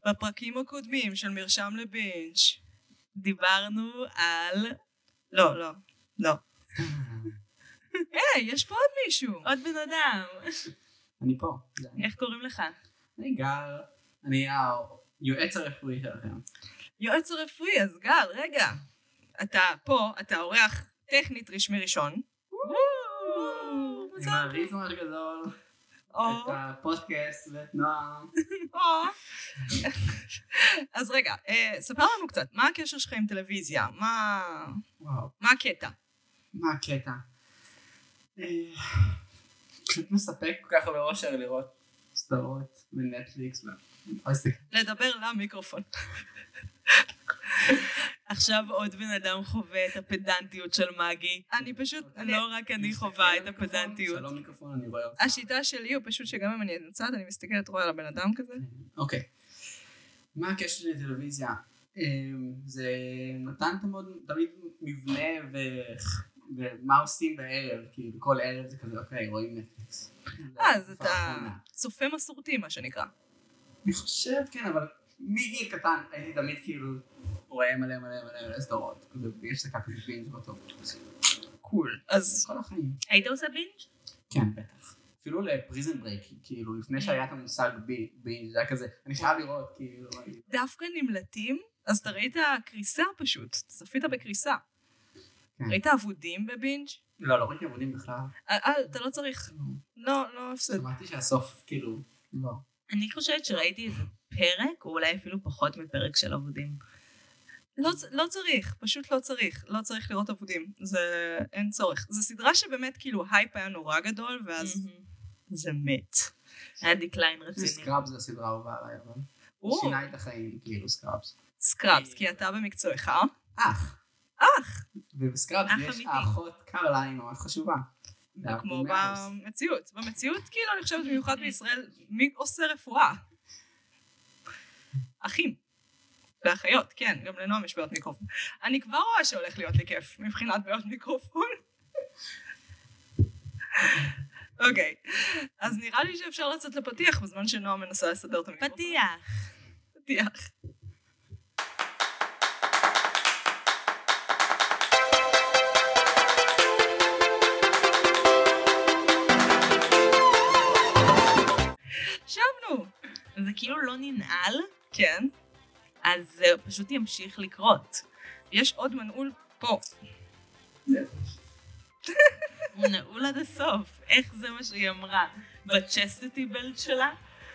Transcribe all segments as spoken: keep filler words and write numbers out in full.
בפרקים הקודמים של מרשם לבינג' דיברנו על... לא, לא, לא. היי, יש פה עוד מישהו. עוד בן אדם. אני פה. איך קוראים לך? אני גל, אני היועץ הרפואי שלכם. יועץ הרפואי, אז גל, רגע. אתה פה, אתה אורח טכנית רשמי ראשון. אני מעריץ ממש גדול. את הפודקאסט ואת נועם. אז רגע, ספר לנו קצת, מה הקשר שלך עם טלוויזיה? מה הקטע? מה הקטע? פשוט מספק כל כך הרבה אושר לראות סדרות בנטפליקס. לדבר למיקרופון. עכשיו עוד בן אדם חווה את הפדנטיות של מגי. אני פשוט, לא רק אני חווה את הפדנטיות. שלום מיקרופון, אני רואה אותך. השיטה שלי הוא פשוט שגם אם אני נצאת, אני מסתכלת רואה על הבן אדם כזה. אוקיי. מה הקשר שלי לטלוויזיה? זה נתן תמיד מבנה ומה עושים בערב, כאילו כל ערב זה כזה, אוקיי, רואים נטפליקס. אה, אז אתה צופה מסורתי, מה שנקרא. אני חושב, כן, אבל מגיל קטן הייתי תמיד כאילו רואה מלא מלא מלא מלא סדרות, ויש דקה כזה בינג' באותו. קול. אז כל החיים. היית עושה בינג'? כן, בטח. אפילו לפריזן ברייק, כאילו לפני שהיה את המושג בינג' זה היה כזה, אני חייב לראות, כאילו. דווקא נמלטים, אז אתה ראית קריסה פשוט, צפית בקריסה. ראית עבודים בבינג'? לא, לא ראיתי עבודים בכלל. אתה לא צריך. לא, לא הפסד. שמעתי שהסוף, כאילו, לא. אני חושבת שראיתי איזה פרק, או אולי אפילו פחות מפרק של עבודים. לא, לא צריך, פשוט לא צריך. לא צריך לראות עבודים. זה, אין צורך. זו סדרה שבאמת כאילו הייפ היה נורא גדול, ואז זה מת. היה דקליין רציני. סקראבס זה הסדרה האהובה עליי, אבל. שינה את החיים, כאילו, סקראבס. סקראבס, כי אתה במקצועך. אח. אח. ובסקראבס יש האחות קרליין ממש חשובה. כמו במציאות. במציאות, כאילו, אני חושבת במיוחד בישראל, מי עושה רפואה? אחים. ואחיות, כן, גם לנועם יש בעיות מיקרופון. אני כבר רואה שהולך להיות לי כיף, מבחינת בעיות מיקרופון. אוקיי, אז נראה לי שאפשר לצאת לפתיח בזמן שנועם מנסה לסדר את המיקרופון. פתיח. פתיח. שבנו. זה כאילו לא ננעל. כן. אז זה פשוט ימשיך לקרות. יש עוד מנעול פה. הוא נעול עד הסוף. איך זה מה שהיא אמרה? בצ'סטי בלט שלה?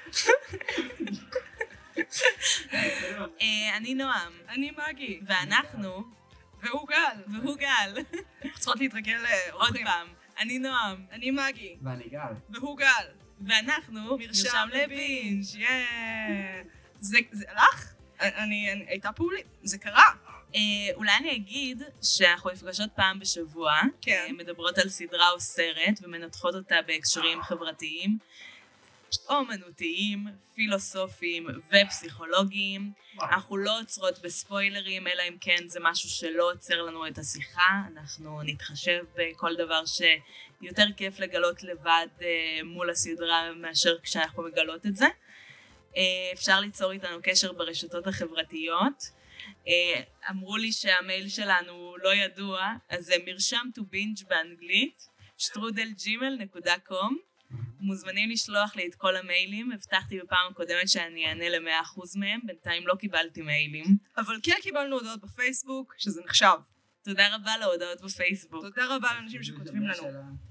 אני נועם. אני מגי. ואנחנו... והוא גל. והוא גל. צריכות להתרגל עוד פעם. אני נועם. אני מגי. ואני גל. והוא גל. ואנחנו מרשם לבינג'. זה הלך? אני, הייתה פעולה, זה קרה. אולי אני אגיד שאנחנו נפגשות פעם בשבוע, מדברות על סדרה או סרט ומנתחות אותה בהקשרים חברתיים, אומנותיים, פילוסופיים ופסיכולוגיים. אנחנו לא עוצרות בספוילרים, אלא אם כן זה משהו שלא עוצר לנו את השיחה. אנחנו נתחשב בכל דבר שיותר כיף לגלות לבד מול הסדרה מאשר כשאנחנו מגלות את זה. אפשר ליצור איתנו קשר ברשתות החברתיות. אמרו לי שהמייל שלנו לא ידוע, אז זה מרשם to binge באנגלית, שטרודל ג'ימייל נקודה קום. מוזמנים לשלוח לי את כל המיילים. הבטחתי בפעם הקודמת שאני אענה ל-מאה אחוז מהם, בינתיים לא קיבלתי מיילים. אבל כן קיבלנו הודעות בפייסבוק, שזה נחשב. תודה רבה להודעות בפייסבוק. תודה רבה לאנשים שכותבים לנו.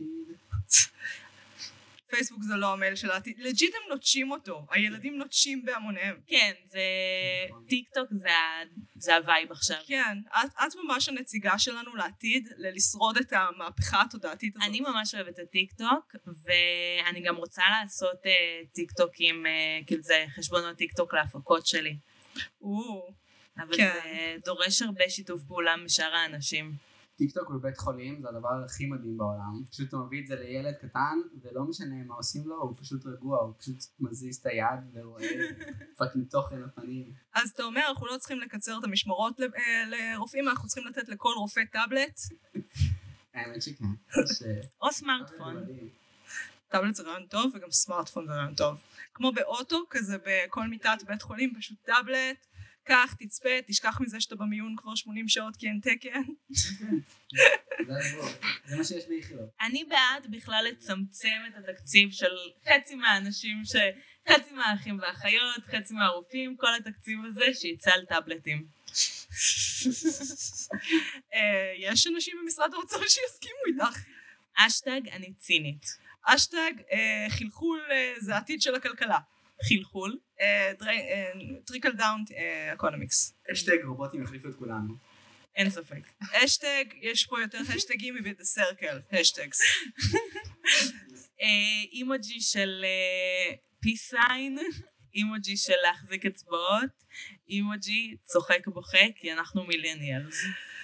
פייסבוק זה לא המייל של העתיד. לג'יט הם נוטשים אותו. הילדים נוטשים בהמוניהם. כן, זה... טיק טוק זה הווייב עכשיו. כן, את ממש הנציגה שלנו לעתיד, ללשרוד את המהפכה התודעתית הזאת. אני ממש אוהבת את טיק טוק, ואני גם רוצה לעשות טיק טוקים, כאילו זה חשבונות טיק טוק להפקות שלי. אבל זה דורש הרבה שיתוף פעולה משאר האנשים. טיקטוק בבית חולים זה הדבר הכי מדהים בעולם. פשוט אתה מביא את זה לילד קטן, ולא משנה מה עושים לו, הוא פשוט רגוע, הוא פשוט מזיז את היד, ורואה פאקינג תוכן לפנים. אז אתה אומר, אנחנו לא צריכים לקצר את המשמרות לרופאים, אנחנו צריכים לתת לכל רופא טאבלט? האמת שכן. או סמארטפון. טאבלט זה רעיון טוב, וגם סמארטפון זה רעיון טוב. כמו באוטו, כזה בכל מיטת בית חולים, פשוט טאבלט, קח, תצפה, תשכח מזה שאתה במיון כבר שמונים שעות כי אין תקן. זה מה שיש באיכילוב. אני בעד בכלל לצמצם את התקציב של חצי מהאנשים, חצי מהאחים והאחיות, חצי מהרופאים, כל התקציב הזה שיצא על טאבלטים. יש אנשים במשרד האוצר שיסכימו איתך. אשטג אני צינית. אשטג חלחול זה העתיד של הכלכלה. חלחול. טריקל דאון אקונומיקס. אשטג רובוטים יחליפו את כולנו. אין ספק. אשטג, יש פה יותר השטגים מבית הסרקל. השטגס. אימוג'י של peace sign. אימוג'י של להחזיק אצבעות, אימוג'י צוחק בוכה, כי אנחנו מיליאניאלס.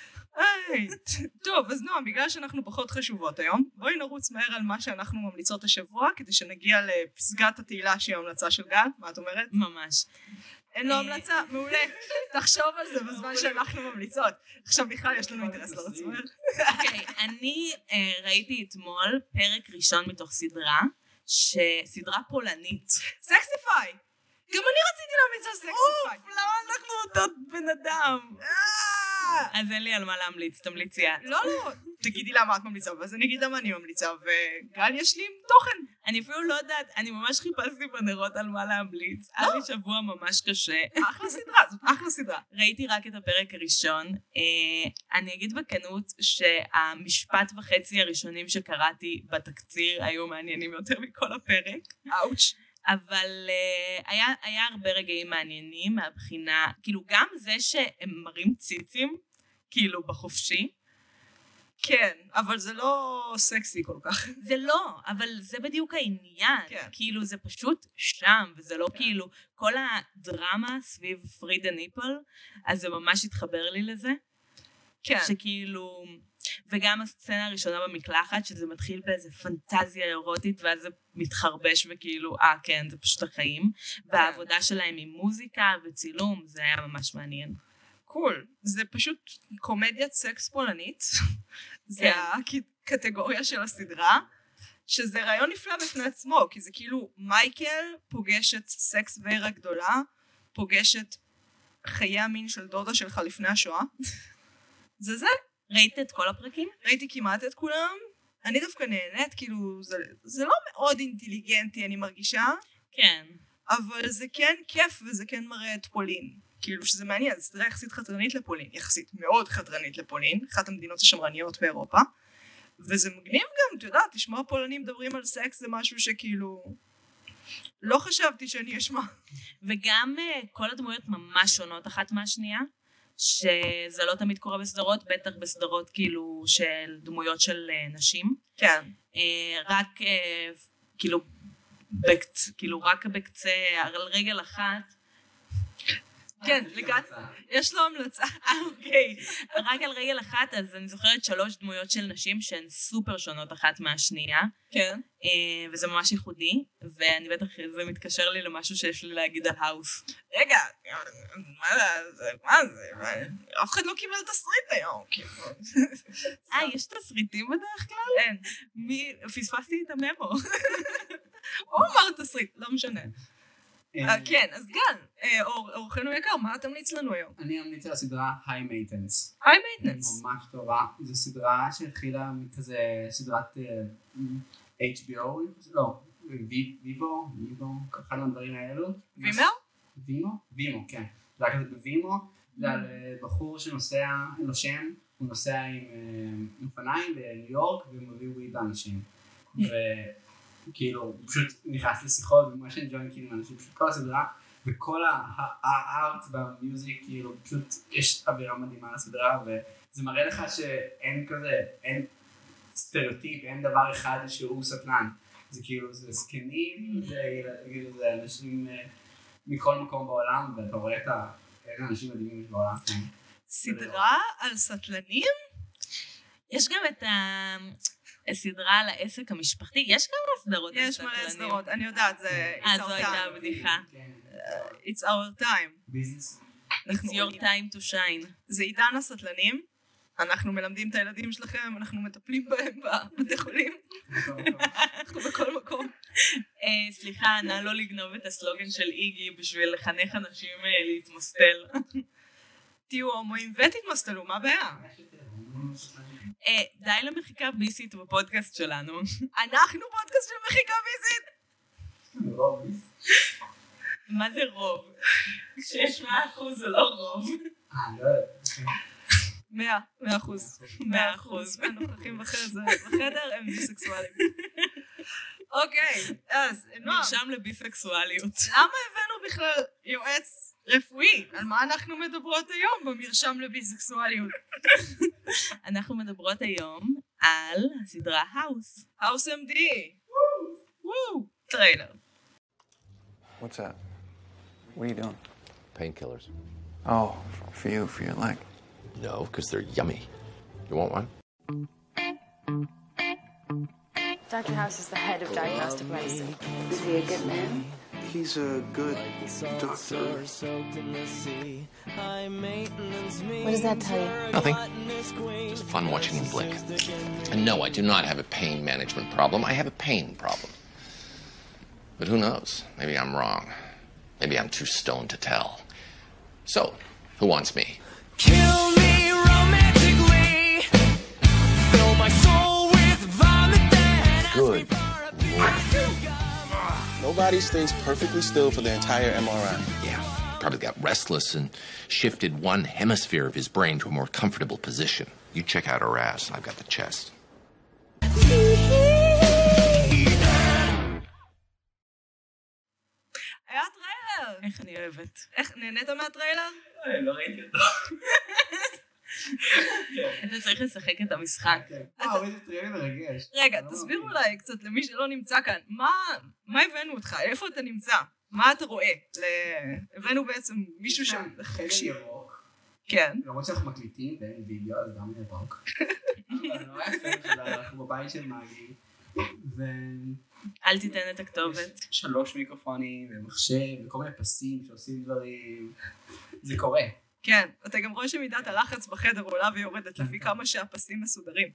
טוב, אז נועם, בגלל שאנחנו פחות חשובות היום, בואי נרוץ מהר על מה שאנחנו ממליצות השבוע, כדי שנגיע לפסגת התהילה שהיא המלצה של גל, מה את אומרת? ממש. אין לו המלצה, מעולה. תחשוב על זה בזמן שאנחנו ממליצות. עכשיו בכלל יש לנו אינטרס לרצות. אוקיי, אני ראיתי אתמול פרק ראשון מתוך סדרה, שסדרה פולנית. סקסיפיי! גם אני רציתי להמליץ על סקסיפיי. אוף, למה אנחנו אותו בן אדם? אז אין לי על מה להמליץ, תמליצי את. לא, לא, תגידי למה את ממליצה, ואז אני אגיד למה אני ממליצה, וגל יש לי תוכן. אני אפילו לא יודעת, אני ממש חיפשתי בנרות על מה להמליץ. היה לי שבוע ממש קשה. אחלה סדרה, זאת אחלה סדרה. ראיתי רק את הפרק הראשון. אני אגיד בכנות שהמשפט וחצי הראשונים שקראתי בתקציר היו מעניינים יותר מכל הפרק. אאוץ'. אבל uh, היה, היה הרבה רגעים מעניינים מהבחינה, כאילו גם זה שהם מראים ציצים, כאילו בחופשי. כן, אבל זה לא סקסי כל כך. זה לא, אבל זה בדיוק העניין. כן. כאילו זה פשוט שם, וזה לא כן. כאילו, כל הדרמה סביב פרי דה ניפל, אז זה ממש התחבר לי לזה. כן. שכאילו... וגם הסצנה הראשונה במקלחת, שזה מתחיל באיזה פנטזיה אירוטית, ואז זה מתחרבש וכאילו, אה כן, זה פשוט החיים. והעבודה שלהם עם מוזיקה וצילום, זה היה ממש מעניין. קול. זה פשוט קומדיית סקס פולנית. זה הקטגוריה של הסדרה, שזה רעיון נפלא בפני עצמו, כי זה כאילו מייקל פוגש את סקס ורה גדולה, פוגש את חיי המין של דודה שלך לפני השואה. זה זה. ראית את כל הפרקים? ראיתי כמעט את כולם. אני דווקא נהנית, כאילו, זה, זה לא מאוד אינטליגנטי, אני מרגישה. כן. אבל זה כן כיף, וזה כן מראה את פולין. כאילו, שזה מעניין, זה סדרה יחסית חתרנית לפולין, יחסית מאוד חתרנית לפולין, אחת המדינות השמרניות באירופה. וזה מגניב גם, אתה יודע, תשמע פולנים מדברים על סקס, זה משהו שכאילו... לא חשבתי שאני אשמע. וגם כל הדמויות ממש שונות אחת מהשנייה. שזה לא תמיד קורה בסדרות, בטח בסדרות כאילו של דמויות של נשים. כן. רק כאילו, בקצ, כאילו רק בקצה, על רגל אחת. כן, לגעת, יש לו המלצה. אוקיי. רק על רגל אחת, אז אני זוכרת שלוש דמויות של נשים שהן סופר שונות אחת מהשנייה. כן. וזה ממש ייחודי, ואני בטח, זה מתקשר לי למשהו שיש לי להגיד על האוס. רגע, מה זה, מה זה, אף אחד לא קיבל תסריט היום, כאילו. אה, יש תסריטים בדרך כלל? אין. מי, פספסתי את הממו. הוא אמר תסריט, לא משנה. כן, אז גל, אורחנו יקר, מה תמליץ לנו היום? אני אמליץ על הסדרה High Maintenance. High Maintenance. ממש טובה. זו סדרה שהתחילה מכזה סדרת אייץ' בי או, לא, ויבו, ויבו, אחד מהדברים האלו. וימו? וימו? וימו, כן. זה היה כזה בווימו, זה על בחור שנוסע, אין לו שם, הוא נוסע עם אופניים בניו יורק ומביא וויד לאנשים. כאילו, הוא פשוט נכנס לשיחות, ומה שאני ג'וין כאילו מאנשים, פשוט כל הסדרה, וכל הארט והמיוזיק, כאילו, פשוט יש אווירה מדהימה לסדרה, וזה מראה לך שאין כזה, אין סטריאוטיפ, אין דבר אחד שהוא סטלן. זה כאילו, זה זקנים, זה אנשים מכל מקום בעולם, ואתה רואה את האנשים מדהימים בעולם. סדרה על סטלנים? יש גם את ה... סדרה על העסק המשפחתי, יש כמה סדרות. יש מלא סדרות, אני יודעת, זה... אה, זו הייתה הבדיחה. It's our time. ביזנס. It's your time to shine. זה עידן הסטלנים. אנחנו מלמדים את הילדים שלכם, אנחנו מטפלים בהם בבתי חולים. אנחנו בכל מקום. סליחה, נא לא לגנוב את הסלוגן של איגי בשביל לחנך אנשים להתמסטל. תהיו הומואים ותתמסטלו, מה הבעיה? די למחיקה ביסית בפודקאסט שלנו. אנחנו פודקאסט של מחיקה ביסית? מה זה רוב? כשיש מאה אחוז זה לא רוב. אה, לא יודעת. מאה, מאה אחוז. מאה אחוז. הנוכחים בחדר הם ביסקסואלים. אוקיי, אז נועם. נרשם לביסקסואליות. למה הבאנו בכלל יועץ רפואי? על מה אנחנו מדברות היום במרשם לביסקסואליות? אנחנו מדברות היום על הסדרה האוס. האוס אם די. וואו. טריילר. What's that? What are you doing? Painkillers. Oh, for you, for your leg. No, because they're yummy. You want one? Doctor House is the head of diagnostic medicine. Is he a good man? He's a good doctor. What does that tell you? Nothing. Just fun watching him blink. And no, I do not have a pain management problem. I have a pain problem. But who knows? Maybe I'm wrong. Maybe I'm too stoned to tell. So, who wants me? Kill me romantically. Fill my soul with vomit then. Good Nobody stays perfectly still for the entire M R I. Yeah, probably got restless and shifted one hemisphere of his brain to a more comfortable position. You check out her ass, I've got the chest. היה טריילר. איך אני אוהבת. איך, נהנית מהטריילר? לא ראיתי אותו. אתה צריך לשחק את המשחק. וואו, איזה טריילר מרגש. רגע, תסביר אולי קצת למי שלא נמצא כאן, מה, מה הבאנו אותך? איפה אתה נמצא? מה אתה רואה? הבאנו בעצם מישהו ש... חדר ירוק. כן. למרות שאנחנו מקליטים ואין וידאו, אז גם ירוק. אבל נורא יפה שאנחנו בבית של מגי. ו... אל תיתן את הכתובת. שלוש מיקרופונים ומחשב וכל מיני פסים שעושים דברים. זה קורה. כן, אתה גם רואה שמידת הלחץ בחדר עולה ויורדת לפי כמה שהפסים מסודרים.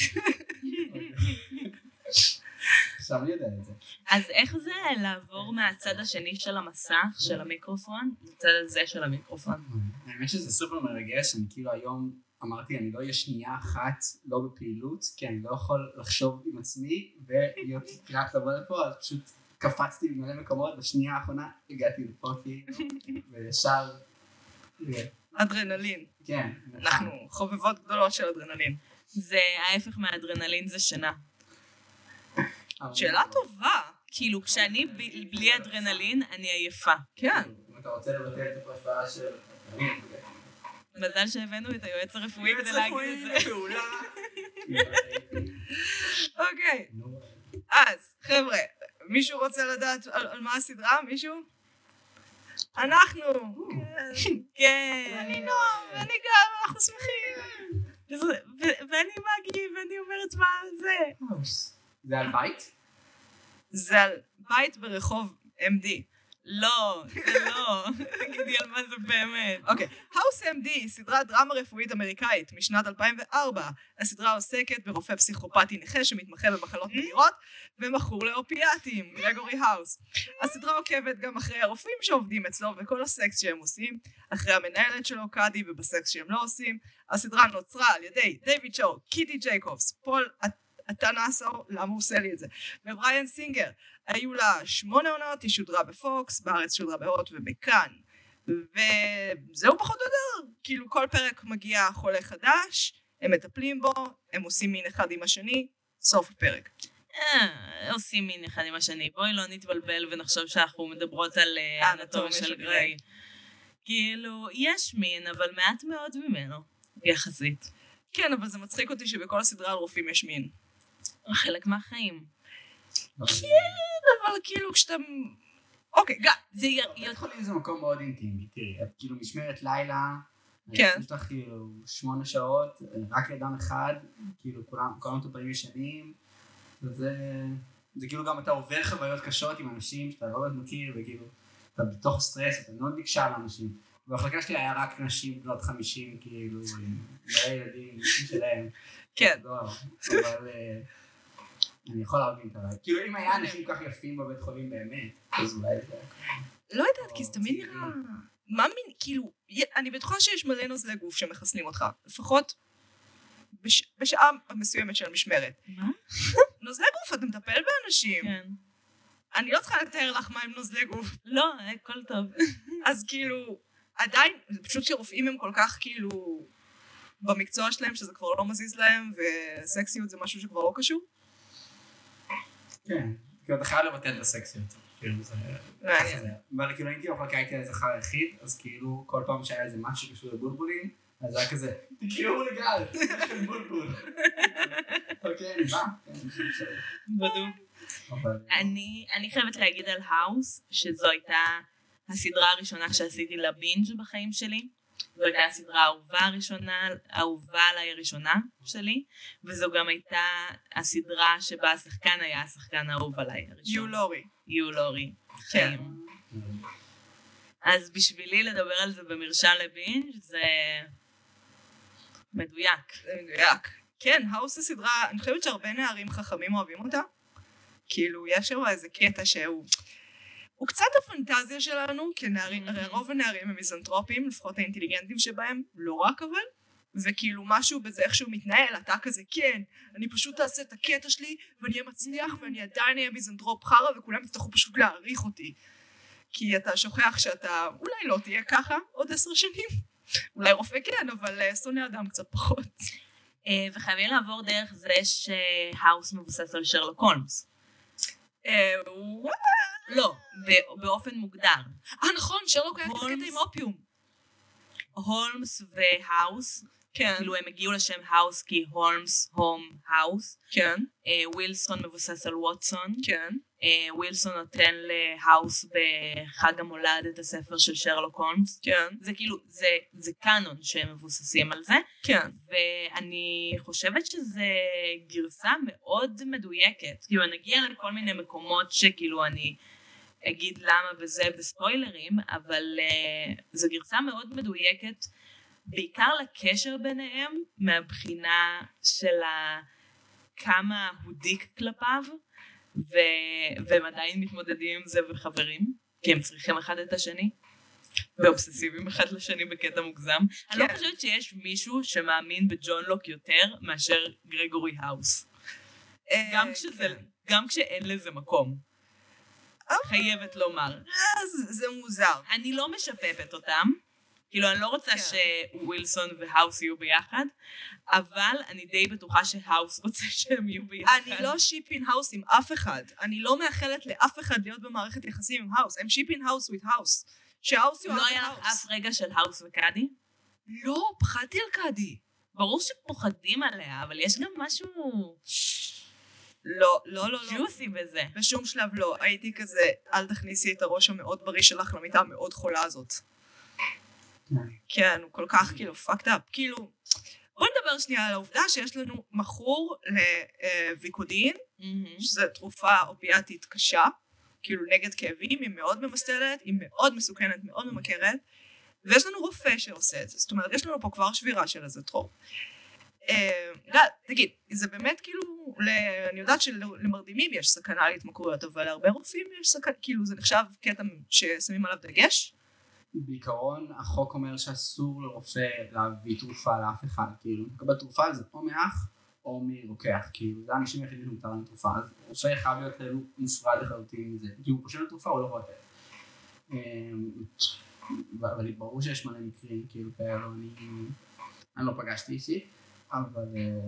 עכשיו אני יודע את זה. אז איך זה לעבור מהצד השני של המסך, של המיקרופון, לצד הזה של המיקרופון? האמת שזה סופר מרגש, אני כאילו היום אמרתי, אני לא אהיה שנייה אחת לא בפעילות, כי אני לא יכול לחשוב עם עצמי ולהיות רק לבוא לפה, אז פשוט קפצתי במלא מקומות, בשנייה האחרונה הגעתי לפה כאילו, וישר... אדרנלין. כן. אנחנו חובבות גדולות של אדרנלין. זה ההפך מהאדרנלין, זה שינה. שאלה טובה. כאילו, כשאני בלי אדרנלין, אני עייפה. כן. אם אתה רוצה לבטל את ההשפעה של... מזל שהבאנו את היועץ הרפואי כדי להגיד את זה. אוקיי. אז, חבר'ה, מישהו רוצה לדעת על מה הסדרה? מישהו? אנחנו. כן. אני נועם, ואני גם, אנחנו שמחים. ואני מגי, ואני אומרת מה זה. זה על בית? זה על בית ברחוב אם די. לא, זה לא. תגידי על מה זה באמת. אוקיי, האוס אם די, סדרת דרמה רפואית אמריקאית משנת אלפיים וארבע. הסדרה עוסקת ברופא פסיכופתי נכה שמתמחה במחלות נדירות ומכור לאופיאטים, גרגורי האוס. הסדרה עוקבת גם אחרי הרופאים שעובדים אצלו וכל הסקס שהם עושים, אחרי המנהלת שלו, קאדי, ובסקס שהם לא עושים. הסדרה נוצרה על ידי דיוויד שור, קיטי ג'ייקובס, פול אטנאסו, למה הוא עושה לי את זה? ובריאן סינגר. היו לה שמונה עונות, היא שודרה בפוקס, בארץ שודרה בהוט ובכאן. וזהו פחות או יותר, כאילו כל פרק מגיע חולה חדש, הם מטפלים בו, הם עושים מין אחד עם השני, סוף הפרק. אה, עושים מין אחד עם השני, בואי לא נתבלבל ונחשוב שאנחנו מדברות על אנטומיה של גריי. כאילו, יש מין, אבל מעט מאוד ממנו, יחסית. כן, אבל זה מצחיק אותי שבכל הסדרה על רופאים יש מין. חלק מהחיים. כן, אבל כאילו כשאתה... אוקיי, גם, זה יהיה... בית חולים זה מקום מאוד אינטימי, תראי, את כאילו משמרת לילה, כן. יש לך כאילו שמונה שעות, רק לידם אחד, כאילו כולם, כולם מטופלים ישנים, וזה... זה כאילו גם אתה עובר חוויות קשות עם אנשים שאתה לא מכיר, וכאילו, אתה בתוך סטרס, אתה לא נקשר לאנשים. במחלקה שלי היה רק נשים בנות חמישים, כאילו, עם מלא ילדים שלהם. כן. אבל אני יכול להבין את הרעי. כאילו, אם היה אנשים כך יפים בבית חולים באמת, אז אולי זה... לא יודעת, כי זה תמיד נראה... מה מין, כאילו, אני בטוחה שיש מלא נוזלי גוף שמחסנים אותך, לפחות בשעה מסוימת של המשמרת. מה? נוזלי גוף, אתה מטפל באנשים. כן. אני לא צריכה לתאר לך מה הם נוזלי גוף. לא, הכל טוב. אז כאילו, עדיין, זה פשוט שרופאים הם כל כך כאילו במקצוע שלהם, שזה כבר לא מזיז להם, וסקסיות זה משהו שכבר לא קשור. כן, כאילו אתה חייב לבטל את הסקסיות. כאילו זה... אבל כאילו הייתי במחלקה, הייתי הזכר היחיד, אז כאילו כל פעם שהיה איזה משהו שקשור לבולבולים, אז זה היה כזה, תקראו לגל, יש כאן בולבול. אוקיי, אני בא. בדיוק. אני חייבת להגיד על האוס, שזו הייתה הסדרה הראשונה שעשיתי לבינג' בחיים שלי. זו הייתה הסדרה האהובה הראשונה, האהובה עליי הראשונה שלי, וזו גם הייתה הסדרה שבה השחקן היה השחקן האהוב עליי הראשון. יו לורי. יו לורי. כן. אז בשבילי לדבר על זה במרשם לבינג' זה מדויק. זה מדויק. כן, האוס הסדרה, אני חושבת שהרבה נערים חכמים אוהבים אותה. כאילו, יש שם איזה קטע שהוא... הוא קצת הפנטזיה שלנו, כי נערים, הרי רוב הנערים הם מיזנטרופים, לפחות האינטליגנטים שבהם, לא רק אבל, וכאילו משהו בזה איכשהו מתנהל, אתה כזה, כן, אני פשוט אעשה את הקטע שלי, ואני אהיה מצליח, ואני עדיין אהיה מיזנטרופ חרא, וכולם יצטרכו פשוט להעריך אותי. כי אתה שוכח שאתה אולי לא תהיה ככה עוד עשר שנים, אולי רופא כן, אבל שונא אדם קצת פחות. וחייבים לעבור דרך זה שהאוס מבוסס על שרלוק הולמס. לא, באופן מוגדר. אה נכון, שרלוק היה קטע עם אופיום. הולמס והאוס, כן. כאילו הם הגיעו לשם האוס כי הולמס, הום, האוס. כן. ווילסון מבוסס על ווטסון. כן. ווילסון נותן להאוס בחג המולד את הספר של שרלוק הולמס. כן. זה כאילו, זה, זה קאנון שהם מבוססים על זה. כן. ואני חושבת שזה גרסה מאוד מדויקת. כאילו נגיע לכל מיני מקומות שכאילו אני אגיד למה וזה בספוילרים, אבל uh, זו גרסה מאוד מדויקת, בעיקר לקשר ביניהם, מהבחינה של כמה הוא דיק כלפיו, ו- והם עדיין מתמודדים עם זה וחברים, כי הם צריכים אחד את השני, ואובססיביים אחד לשני בקטע מוגזם. אני לא חושבת שיש מישהו שמאמין בג'ון לוק יותר מאשר גרגורי האוס. גם כשזה, גם כשאין לזה מקום. חייבת לומר. זה מוזר. אני לא משפפת אותם, כאילו אני לא רוצה שווילסון והאוס יהיו ביחד, אבל אני די בטוחה שהאוס רוצה שהם יהיו ביחד. אני לא שיפין האוס עם אף אחד. אני לא מאחלת לאף אחד להיות במערכת יחסים עם האוס. הם שיפין האוס with האוס. שהאוס יהיו לא היה לך אף רגע של האוס וקאדי? לא, פחדתי על קאדי. ברור שפוחדים עליה, אבל יש גם משהו... לא, לא, לא, לא. ג'וסי בזה. בשום שלב לא. הייתי כזה, אל תכניסי את הראש המאוד בריא שלך למיטה המאוד חולה הזאת. כן, הוא כל כך כאילו fucked up. כאילו, בוא נדבר שנייה על העובדה שיש לנו מכור לוויקודין, שזו תרופה אופיאטית קשה, כאילו נגד כאבים, היא מאוד ממסטלת, היא מאוד מסוכנת, מאוד ממכרת, ויש לנו רופא שעושה את זה. זאת אומרת, יש לנו פה כבר שבירה של איזה טרופ. תגיד, זה באמת כאילו, אני יודעת שלמרדימים יש סכנה להתמכרויות, אבל להרבה רופאים יש סכנה, כאילו זה נחשב קטע ששמים עליו דגש? בעיקרון החוק אומר שאסור לרופא להביא תרופה לאף אחד, כאילו, לקבל תרופה זה או מאח או מרוקח, כאילו, זה האנשים היחידים שמותר להם תרופה, אז רופא חייב להיות אלו נפרד לחלוטין מזה, כי הוא פשוט לתרופה, הוא לא יכול לתת. אבל ברור שיש מלא מקרים, כאילו, כאלו, אני לא פגשתי אישית, אבל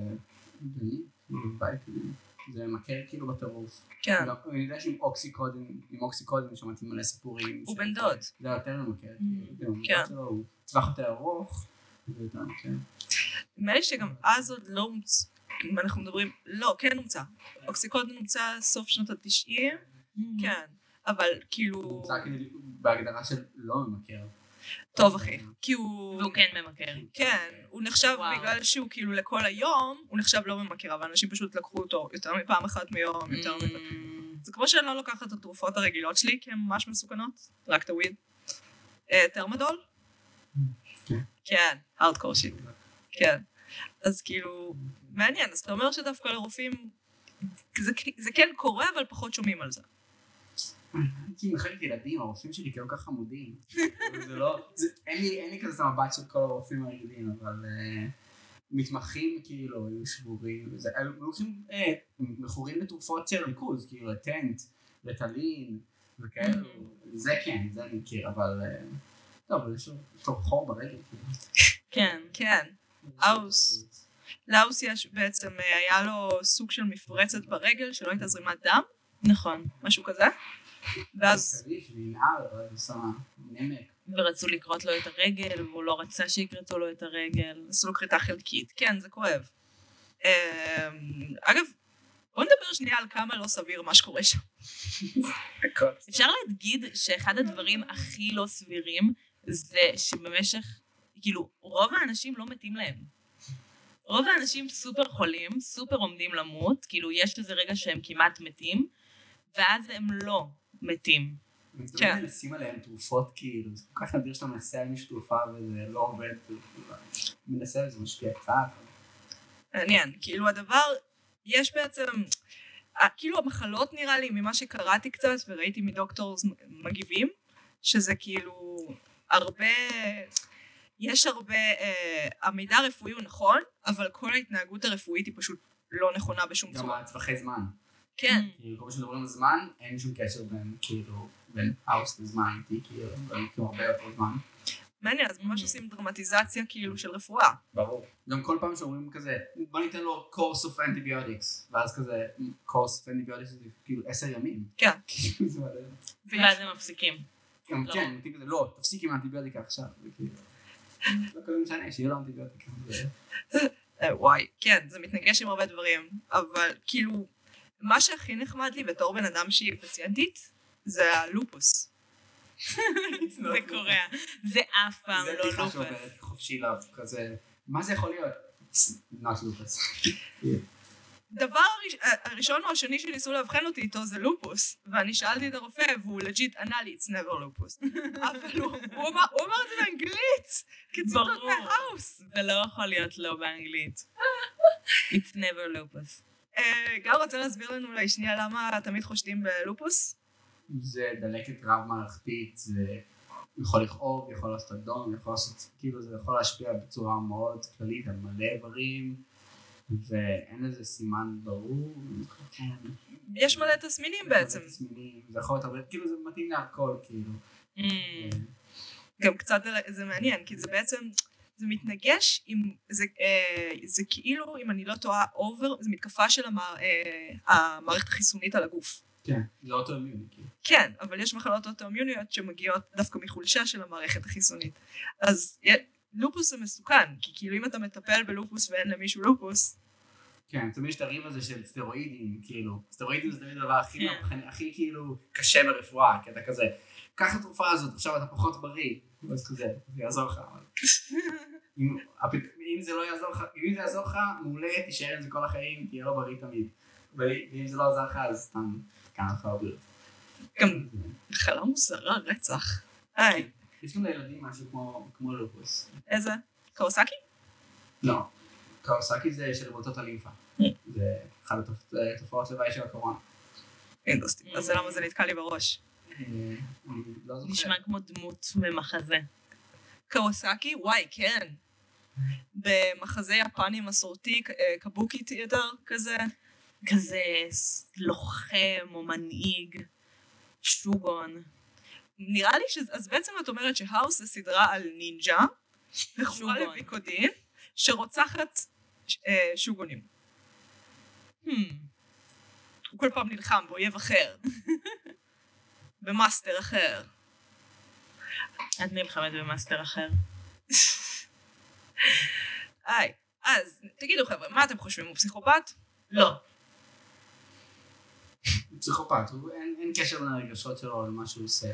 זה מכר כאילו בטירוף. כן. אני יודע שעם אוקסיקודין, עם אוקסיקודין שמעתי מלא סיפורים. הוא בן דוד. זה יותר מכר. כן. הוא צווח יותר ארוך. זה יותר מכר. נראה לי שגם אז עוד לא מוצא, אם אנחנו מדברים, לא, כן מוצא. אוקסיקודין מוצא סוף שנות התשעים. כן. אבל כאילו... מוצא כאילו בהגדרה של לא מכר. טוב אחי, כי הוא... והוא כן ממכר. כן, הוא נחשב בגלל שהוא כאילו לכל היום, הוא נחשב לא ממכר, אבל אנשים פשוט לקחו אותו יותר מפעם אחת מיום, יותר מפעם. זה כמו שאני לא לוקחת את התרופות הרגילות שלי, כי הן ממש מסוכנות, רק את הוויד. תרמדול? כן, הארדקור שיט. כן. אז כאילו, מעניין, אז אתה אומר שדווקא לרופאים, זה, זה כן קורה, אבל פחות שומעים על זה. כי מחלקת ילדים, הרופאים שלי כאילו ככה חמודים. זה לא, אין לי, אין לי כזה מבט של כל הרופאים הרגילים, אבל מתמחים כאילו, היו שבורים, הם לוקחים, מכורים לתרופות של ריכוז, כאילו לטנט, לטלין, וכאלו, זה כן, זה אני מכיר, אבל, טוב, אבל יש לו חור ברגל. כן, כן. אוס. לאוס יש בעצם, היה לו סוג של מפרצת ברגל, שלא הייתה זרימת דם. נכון. משהו כזה. ואז... ורצו לקרות לו את הרגל, והוא לא רצה שיקרתו לו את הרגל. עשו לו קריטה חלקית. כן, זה כואב. אגב, בוא נדבר שנייה על כמה לא סביר מה שקורה שם. אפשר להגיד שאחד הדברים הכי לא סבירים, זה שבמשך, כאילו, רוב האנשים לא מתים להם. רוב האנשים סופר חולים, סופר עומדים למות, כאילו יש לזה רגע שהם כמעט מתים, ואז הם לא מתים. כן. הם מנסים עליהם תרופות כאילו, זה כל כך נדיר שאתה מנסה על מישהו תרופה וזה לא עובד, מנסה וזה משפיע קצת. מעניין, כאילו הדבר, יש בעצם, כאילו המחלות נראה לי, ממה שקראתי קצת וראיתי מדוקטורס מגיבים, שזה כאילו הרבה... יש הרבה, אה, המידע הרפואי הוא נכון, אבל כל ההתנהגות הרפואית היא פשוט לא נכונה בשום צורה. גם הצווחי זמן. כן. כאילו, כל שמדברים על זמן, אין שום קשר בין, כאילו, בין האוס לזמן איתי, כאילו, כאילו הרבה יותר זמן. מעניין, אז ממש עושים דרמטיזציה כאילו של רפואה. ברור. גם כל פעם שאומרים כזה, בוא ניתן לו course of antibiotics, ואז כזה, course of antibiotics זה כאילו עשר ימים. כן. זה מלא. ואז הם מפסיקים. כן, כן, לא, תפסיק עם האנטיביוטיקה עכשיו, וכאילו. לא כל משנה, שיהיה לו אנטיביוטיקה. וואי, כן, זה מתנגש עם הרבה דברים, אבל כאילו, מה שהכי נחמד לי בתור בן אדם שהיא פציינטית, זה הלופוס. זה קורה, זה אף פעם לא לופוס. זה פתיחה שעוברת חופשי לה, כזה, מה זה יכול להיות? not לופוס. דבר הראשון או השני שניסו להבחן אותי איתו זה לופוס, ואני שאלתי את הרופא והוא לג'יט ענה לי, it's never לופוס. אבל הוא אמר את זה באנגלית, כציטוט מהאוס. זה לא יכול להיות לא באנגלית. it's never lupus. גל רוצה להסביר לנו אולי שנייה למה תמיד חושדים בלופוס? זה דלקת רב מערכתית, זה יכול לכאוב, יכול לעשות אדום, יכול לעשות, כאילו זה יכול להשפיע בצורה מאוד כללית על מלא איברים, ואין לזה סימן ברור. יש מלא תסמינים בעצם. תסמינים, זה יכול להיות הרבה, כאילו זה מתאים להכל, כאילו. גם קצת זה מעניין, כי זה בעצם, זה מתנגש עם, זה, אה, זה כאילו, אם אני לא טועה, אובר, זה מתקפה של המער, אה, המערכת החיסונית על הגוף. כן, זה אוטואימיוני. כן, אבל יש מחלות אוטואימיוניות שמגיעות דווקא מחולשה של המערכת החיסונית. אז לופוס זה מסוכן, כי כאילו אם אתה מטפל בלופוס ואין למישהו לופוס... כן, תמיד יש את הריב הזה של סטרואידים, כאילו, סטרואידים זה תמיד הדבר הכי, הכי כאילו קשה ברפואה, כי אתה כזה, קח את התרופה הזאת, עכשיו אתה פחות בריא, אז כזה, זה יעזור לך. אם זה לא יעזור לך, אם זה יעזור לך, מעולה, תישאר עם זה כל החיים, תהיה לא בריא תמיד. ואם זה לא עזר לך, אז סתם כאן לך בריאות. גם חלה מוזרה, רצח. היי. יש גם לילדים משהו כמו לופוס. איזה? קאוסקי? לא. קאוסקי זה של רבותות הלימפה. זה אחת התופעות לוואי של הקורונה. אינדוסטי. אז זה למה זה נתקע לי בראש. נשמע כמו דמות ממחזה. קאוסקי? וואי, כן. במחזה יפני מסורתי, קבוקי תיאטר כזה. כזה לוחם או מנהיג, שוגון. נראה לי ש... אז בעצם את אומרת שהאוס זה סדרה על נינג'ה, בחורה לוויקודין, שרוצחת אה, שוגונים. Hmm. הוא כל פעם נלחם באויב אחר. במאסטר אחר. את נלחמת במאסטר אחר. איי, אז תגידו חבר'ה, מה אתם חושבים? הוא פסיכופת? לא. פסיכופת, אין קשר בין הרגשות שלו למה שהוא עושה.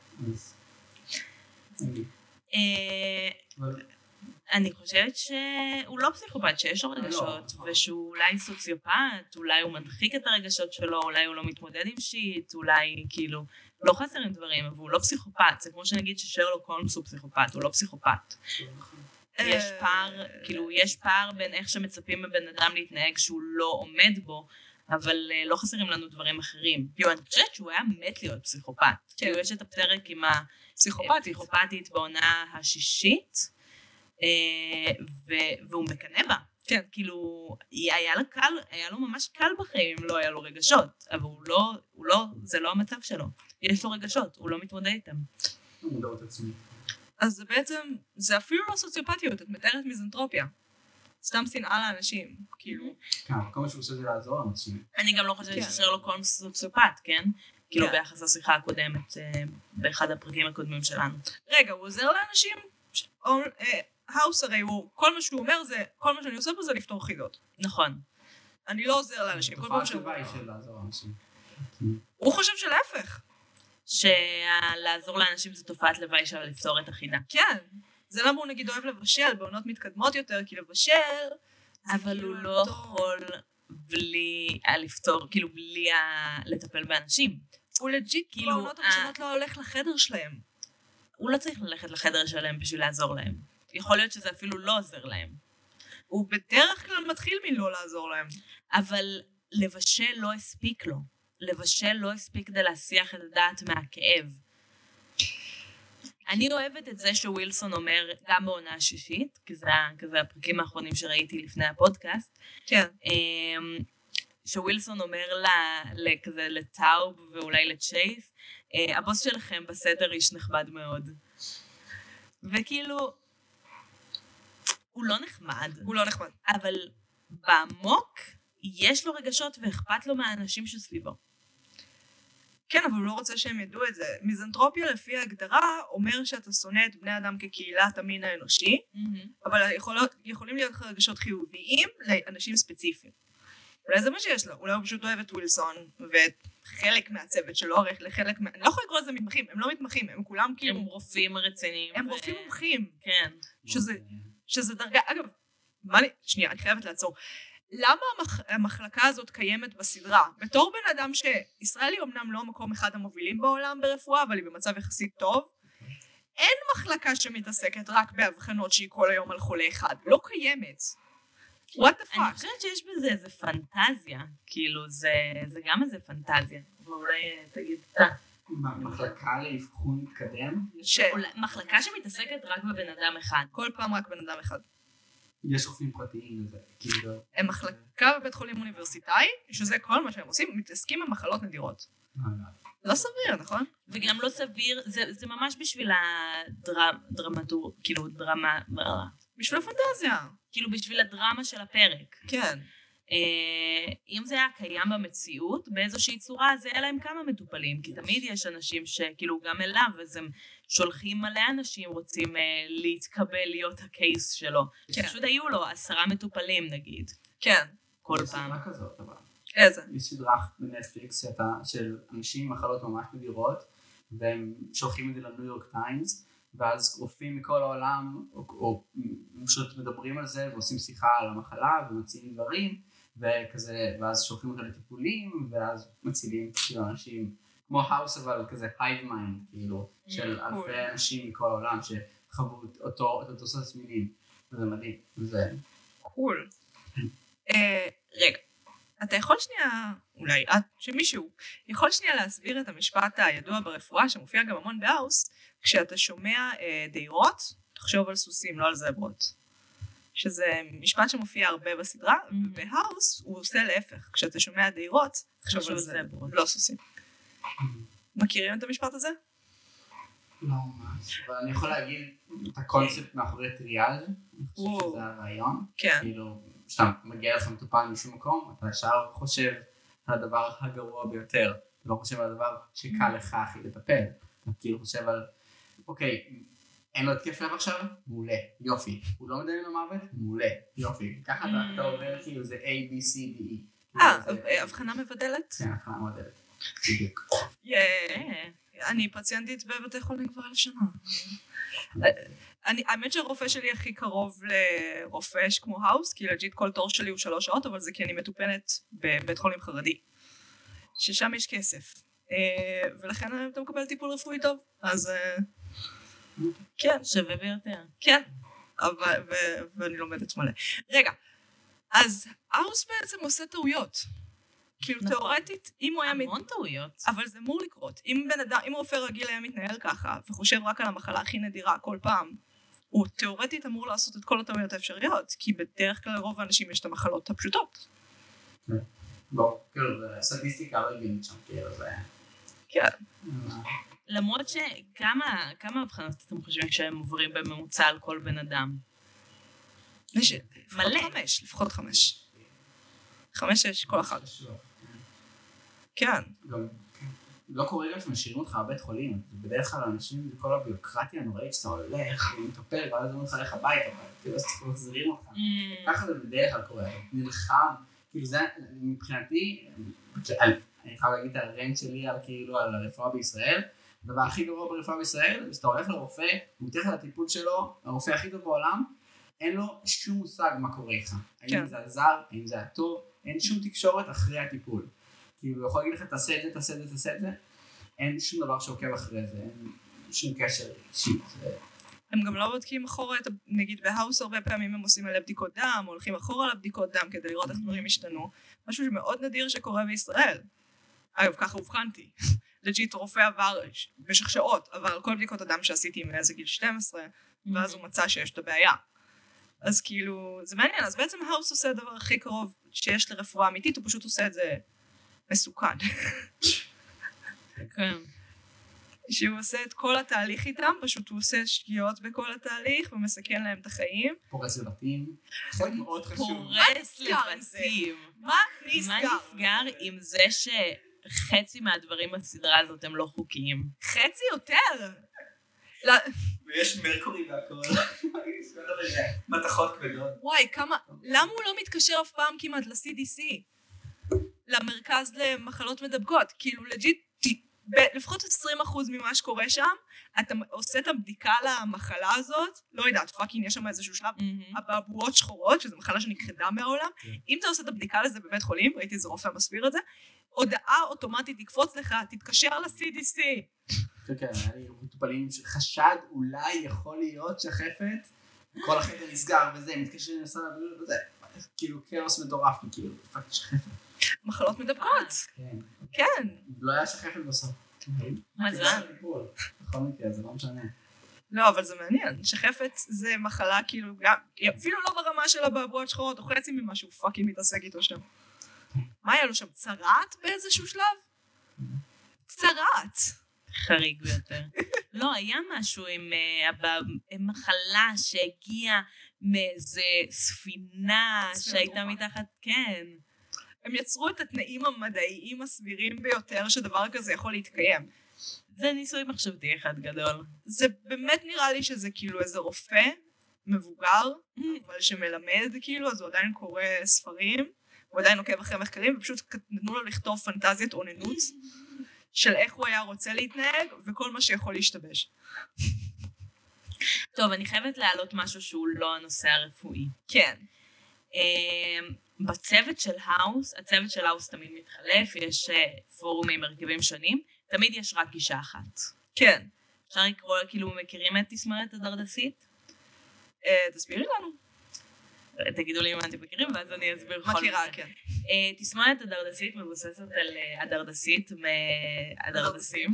אני חושבת שהוא לא פסיכופת, שיש לו רגשות, ושהוא אולי סוציופט, אולי הוא מדחיק את הרגשות שלו, אולי הוא לא מתמודד עם שיט, אולי כאילו לא חסרים דברים, אבל הוא לא פסיכופת, זה כמו שנגיד ששרלוק הולמס הוא פסיכופת, הוא לא פסיכופת. יש פער, כאילו, יש פער בין איך שמצפים מבן אדם להתנהג שהוא לא עומד בו, אבל לא חסרים לנו דברים אחרים. כאילו, אני חושבת שהוא היה מת להיות פסיכופת. כאילו, יש את הפרק עם הפסיכופתית בעונה השישית, והוא מקנא בה. כן. כאילו, היה לו קל, היה לו ממש קל בחיים אם לא היה לו רגשות, אבל הוא לא, הוא לא, זה לא המצב שלו. יש לו רגשות, הוא לא מתמודד איתם. הוא מודעות עצמי. אז זה בעצם, זה אפילו לא סוציופתיות, את מתארת מיזנטרופיה. סתם שנאה לאנשים, כאילו. כן, כל מה שהוא עושה זה לעזור לאנשים. אני גם לא חושבת ששרלוק הולמס סוציופת, כן? כאילו ביחס לשיחה הקודמת, באחד הפרקים הקודמים שלנו. רגע, הוא עוזר לאנשים? האוס הרי הוא, כל מה שהוא אומר זה, כל מה שאני עושה פה זה לפתור חידות. נכון. אני לא עוזר לאנשים. תופעה טובה היא של לעזור לאנשים. הוא חושב שלהפך. שלעזור לאנשים זה תופעת לוואי של לפתור את החידה. כן. זה למה הוא נגיד אוהב לבשל בעונות מתקדמות יותר, כי לבשל... אבל הוא לא יכול בלי לפתור, כאילו בלי לטפל באנשים. הוא לג'יט, בעונות הראשונות לא הולך לחדר שלהם. הוא לא צריך ללכת לחדר שלהם בשביל לעזור להם. יכול להיות שזה אפילו לא עוזר להם. הוא בדרך כלל מתחיל מלא לעזור להם. אבל לבשל לא הספיק לו. לבשל לא הספיק כדי להסיח את הדעת מהכאב. אני אוהבת את זה שווילסון אומר, גם בעונה השישית, כי זה, כזה הפרקים האחרונים שראיתי לפני הפודקאסט, כן. שווילסון אומר כזה לטאוב ואולי לצ'ייס, הבוס שלכם בסדר איש נכבד מאוד. וכאילו, הוא לא נחמד. הוא לא נחמד. אבל בעמוק, יש לו רגשות ואכפת לו מהאנשים שסביבו. כן, אבל הוא לא רוצה שהם ידעו את זה. מיזנטרופיה לפי ההגדרה אומר שאתה שונא את בני אדם כקהילת המין האנושי, אבל יכולות, יכולים להיות רגשות חיוביים לאנשים ספציפיים. אולי זה מה שיש לו, אולי הוא פשוט אוהב את ווילסון, ואת חלק מהצוות שלו, לחלק מה... אני לא יכולה לקרוא לזה מתמחים, הם לא מתמחים, הם כולם כאילו... הם רופאים רציניים. הם רופאים מומחים. כן. שזה, שזה דרגה, אגב, מה אני... שנייה, אני חייבת לעצור. למה המח... המחלקה הזאת קיימת בסדרה? בתור בן אדם שישראל היא אמנם לא מקום אחד המובילים בעולם ברפואה, אבל היא במצב יחסית טוב, אין מחלקה שמתעסקת רק בהבחנות שהיא כל היום על חולה אחד. לא קיימת. What the fuck? אני חושבת שיש בזה איזה פנטזיה, כאילו זה, זה גם איזה פנטזיה. ואולי תגיד, מחלקה לאבחון מתקדם? ש... מחלקה שמתעסקת רק בבן אדם אחד. כל פעם רק בן אדם אחד. יש רופאים פרטיים לזה, כאילו... הם מחלקה בבית חולים אוניברסיטאי, שזה כל מה שהם עושים, מתעסקים במחלות נדירות. לא סביר, נכון? וגם לא סביר, זה, זה ממש בשביל הדרמטור, כאילו דרמה... בשביל הפנטזיה. כאילו בשביל הדרמה של הפרק. כן. אם זה היה קיים במציאות, באיזושהי צורה, זה היה להם כמה מטופלים, כי תמיד יש אנשים שכאילו גם אליו, אז הם שולחים מלא אנשים רוצים להתקבל להיות הקייס שלו. פשוט היו לו עשרה מטופלים נגיד. כן. כל פעם. יש סדרה כזאת, אבל. איזה? יש סדרה בנטפליקס של אנשים עם מחלות ממש נדירות, והם שולחים את זה לניו יורק טיימס, ואז רופאים מכל העולם, או, או פשוט מדברים על זה, ועושים שיחה על המחלה, ומציעים דברים, וכזה, ואז שולחים אותה לטיפולים, ואז מצילים כאילו אנשים, כמו האוס אבל כזה הייב מיינד, כאילו, של אלפי אנשים מכל העולם, שחוו אותו, את אותו תסמינים, וזה מדהים, וזה... קול. רגע, אתה יכול שנייה, אולי את, שמישהו, יכול שנייה להסביר את המשפט הידוע ברפואה, שמופיע גם המון בהאוס, כשאתה שומע אה, דיירות, תחשוב על סוסים, לא על זברות. שזה משפט שמופיע הרבה בסדרה, mm-hmm. ובהאוס הוא עושה להפך. כשאתה שומע דיירות, תחשוב על זברות, לא סוסים. Mm-hmm. מכירים את המשפט הזה? לא ממש, אבל אני יכול להגיד את הקונספט מאחורי טריאז', אני חושב שזה הרעיון. כן. כאילו, כשאתה מגיע לך מטופל משום מקום, אתה ישר חושב על הדבר הגרוע ביותר. אתה לא חושב על הדבר שקל לך הכי לטפל. אתה כאילו חושב על, אוקיי, אין לו התקף לב עכשיו? מעולה, יופי. הוא לא מדמיין למוות? מעולה, יופי. ככה אתה עובר כאילו זה A, B, C, D, E. אה, הבחנה מבדלת? כן, הבחנה מבדלת. בדיוק. אני פציינטית בבתי חולים כבר אלף שנה. האמת שהרופא שלי הכי קרוב לרופא כמו האוס, כי לג'יט כל תור שלי הוא שלוש שעות, אבל זה כי אני מטופנת בבית חולים חרדי. ששם יש כסף. ולכן אתה מקבל טיפול רפואי טוב. אז כן. שווה ביותר. כן. ואני לומדת מלא. רגע, אז האוס בעצם עושה טעויות. כאילו תיאורטית, אם הוא היה... המון טעויות. אבל זה אמור לקרות. אם בן אדם, אם רופא רגיל היה מתנהל ככה, וחושב רק על המחלה הכי נדירה כל פעם, הוא תיאורטית אמור לעשות את כל הטעויות האפשריות, כי בדרך כלל לרוב האנשים יש את המחלות הפשוטות. בוא, כאילו, סטטיסטיקה לא הגיונית שם, כאילו, זה... כן. למרות שכמה, כמה הבחנות אתם חושבים שהם עוברים בממוצע על כל בן אדם? לפחות חמש, לפחות חמש. חמש, שש, כל אחד. כן. לא קורה גם שמשאירים אותך בבית חולים, בדרך כלל אנשים, כל הביוקרטיה הנוראית שאתה הולך, ומטופל, ואז אומרים לך לך הביתה, כאילו אז צריך להחזירים אותך. ככה זה בדרך כלל קורה, נלחם, כאילו זה מבחינתי, אני חייב להגיד את הרנט שלי על כאילו על הרפואה בישראל, הדבר הכי גרוע ברפואה בישראל, זה שאתה הולך לרופא, הוא מתייחס לטיפול שלו, הרופא הכי טוב בעולם, אין לו שום מושג מה קורה איתך. האם זה עזר, האם זה הטוב, אין שום תקשורת אחרי הטיפול. כאילו, הוא יכול להגיד לך, תעשה את זה, תעשה את זה, תעשה את זה, אין שום דבר שעוקב אחרי זה, אין שום קשר אישי. הם גם לא בודקים אחורה, נגיד בהאוס הרבה פעמים הם עושים עליה בדיקות דם, או הולכים אחורה לבדיקות דם כדי לראות איך דברים השתנו, משהו שמאוד נדיר שקורה בישראל. אגב, ככה הובחנתי. לג'יט רופא עבר במשך שעות, עבר על כל בדיקות הדם שעשיתי מאיזה גיל שתים עשרה, ואז הוא מצא שיש את הבעיה. אז כאילו, זה מעניין, אז בעצם האוס עושה הדבר הכי קרוב שיש לרפואה אמיתית, הוא פשוט עושה את זה מסוכן. כן. שהוא עושה את כל התהליך איתם, פשוט הוא עושה שגיאות בכל התהליך, ומסכן להם את החיים. פורס לבתים. חלק מאוד חשוב. פורס לבתים. מה נסגר? מה נסגר עם זה שחצי מהדברים בסדרה הזאת הם לא חוקיים? חצי יותר! ויש מרקורי והכל. מתחות כבדות. וואי, כמה... למה הוא לא מתקשר אף פעם כמעט ל-סי די סי? למרכז למחלות מדבקות. כאילו, לג'יט, לפחות עשרים אחוז ממה שקורה שם, אתה עושה את הבדיקה למחלה הזאת, לא יודעת, פאקינג, יש שם איזשהו שלב, אבעבועות שחורות, שזו מחלה שנכחדה מהעולם. אם אתה עושה את הבדיקה לזה בבית חולים, ראיתי איזה רופא מסביר את זה, הודעה אוטומטית תקפוץ לך, תתקשר ל-סי די סי. כן, כן, היה לי מטופלים שחשד אולי יכול להיות שחפת, כל החדר נסגר וזה, מתקשר לנסה לבריאות וזה, כאילו כאוס מטורף, כאילו, פאקינג שחפת. מחלות מדבקות. כן. כן. לא היה שחפת בסוף. מה זה? בכל מקרה, זה לא משנה. לא, אבל זה מעניין. שחפת זה מחלה כאילו, אפילו לא ברמה של הבעבועות שחורות, או חצי ממה שהוא פאקינג מתעסק איתו שם. מה היה לו שם? צרעת באיזשהו שלב? צרעת. חריג ביותר. לא, היה משהו עם מחלה שהגיעה מאיזה ספינה שהייתה מתחת, כן. הם יצרו את התנאים המדעיים הסבירים ביותר שדבר כזה יכול להתקיים. זה ניסוי מחשבתי אחד גדול. זה באמת נראה לי שזה כאילו איזה רופא מבוגר, אבל שמלמד כאילו, אז הוא עדיין קורא ספרים, הוא עדיין עוקב אחרי מחקרים, ופשוט נתנו לו לכתוב פנטזיית עוננות של איך הוא היה רוצה להתנהג, וכל מה שיכול להשתבש. טוב, אני חייבת להעלות משהו שהוא לא הנושא הרפואי. כן. בצוות של האוס, הצוות של האוס תמיד מתחלף, יש פורומים מרכיבים שונים, תמיד יש רק אישה אחת. כן. אפשר לקרוא, כאילו, מכירים את תסמונת הדרדסית? תסבירי לנו. תגידו לי אם אתם מכירים, ואז אני אסביר. מכירה, כן. תסמונת הדרדסית מבוססת על הדרדסית מהדרדסים.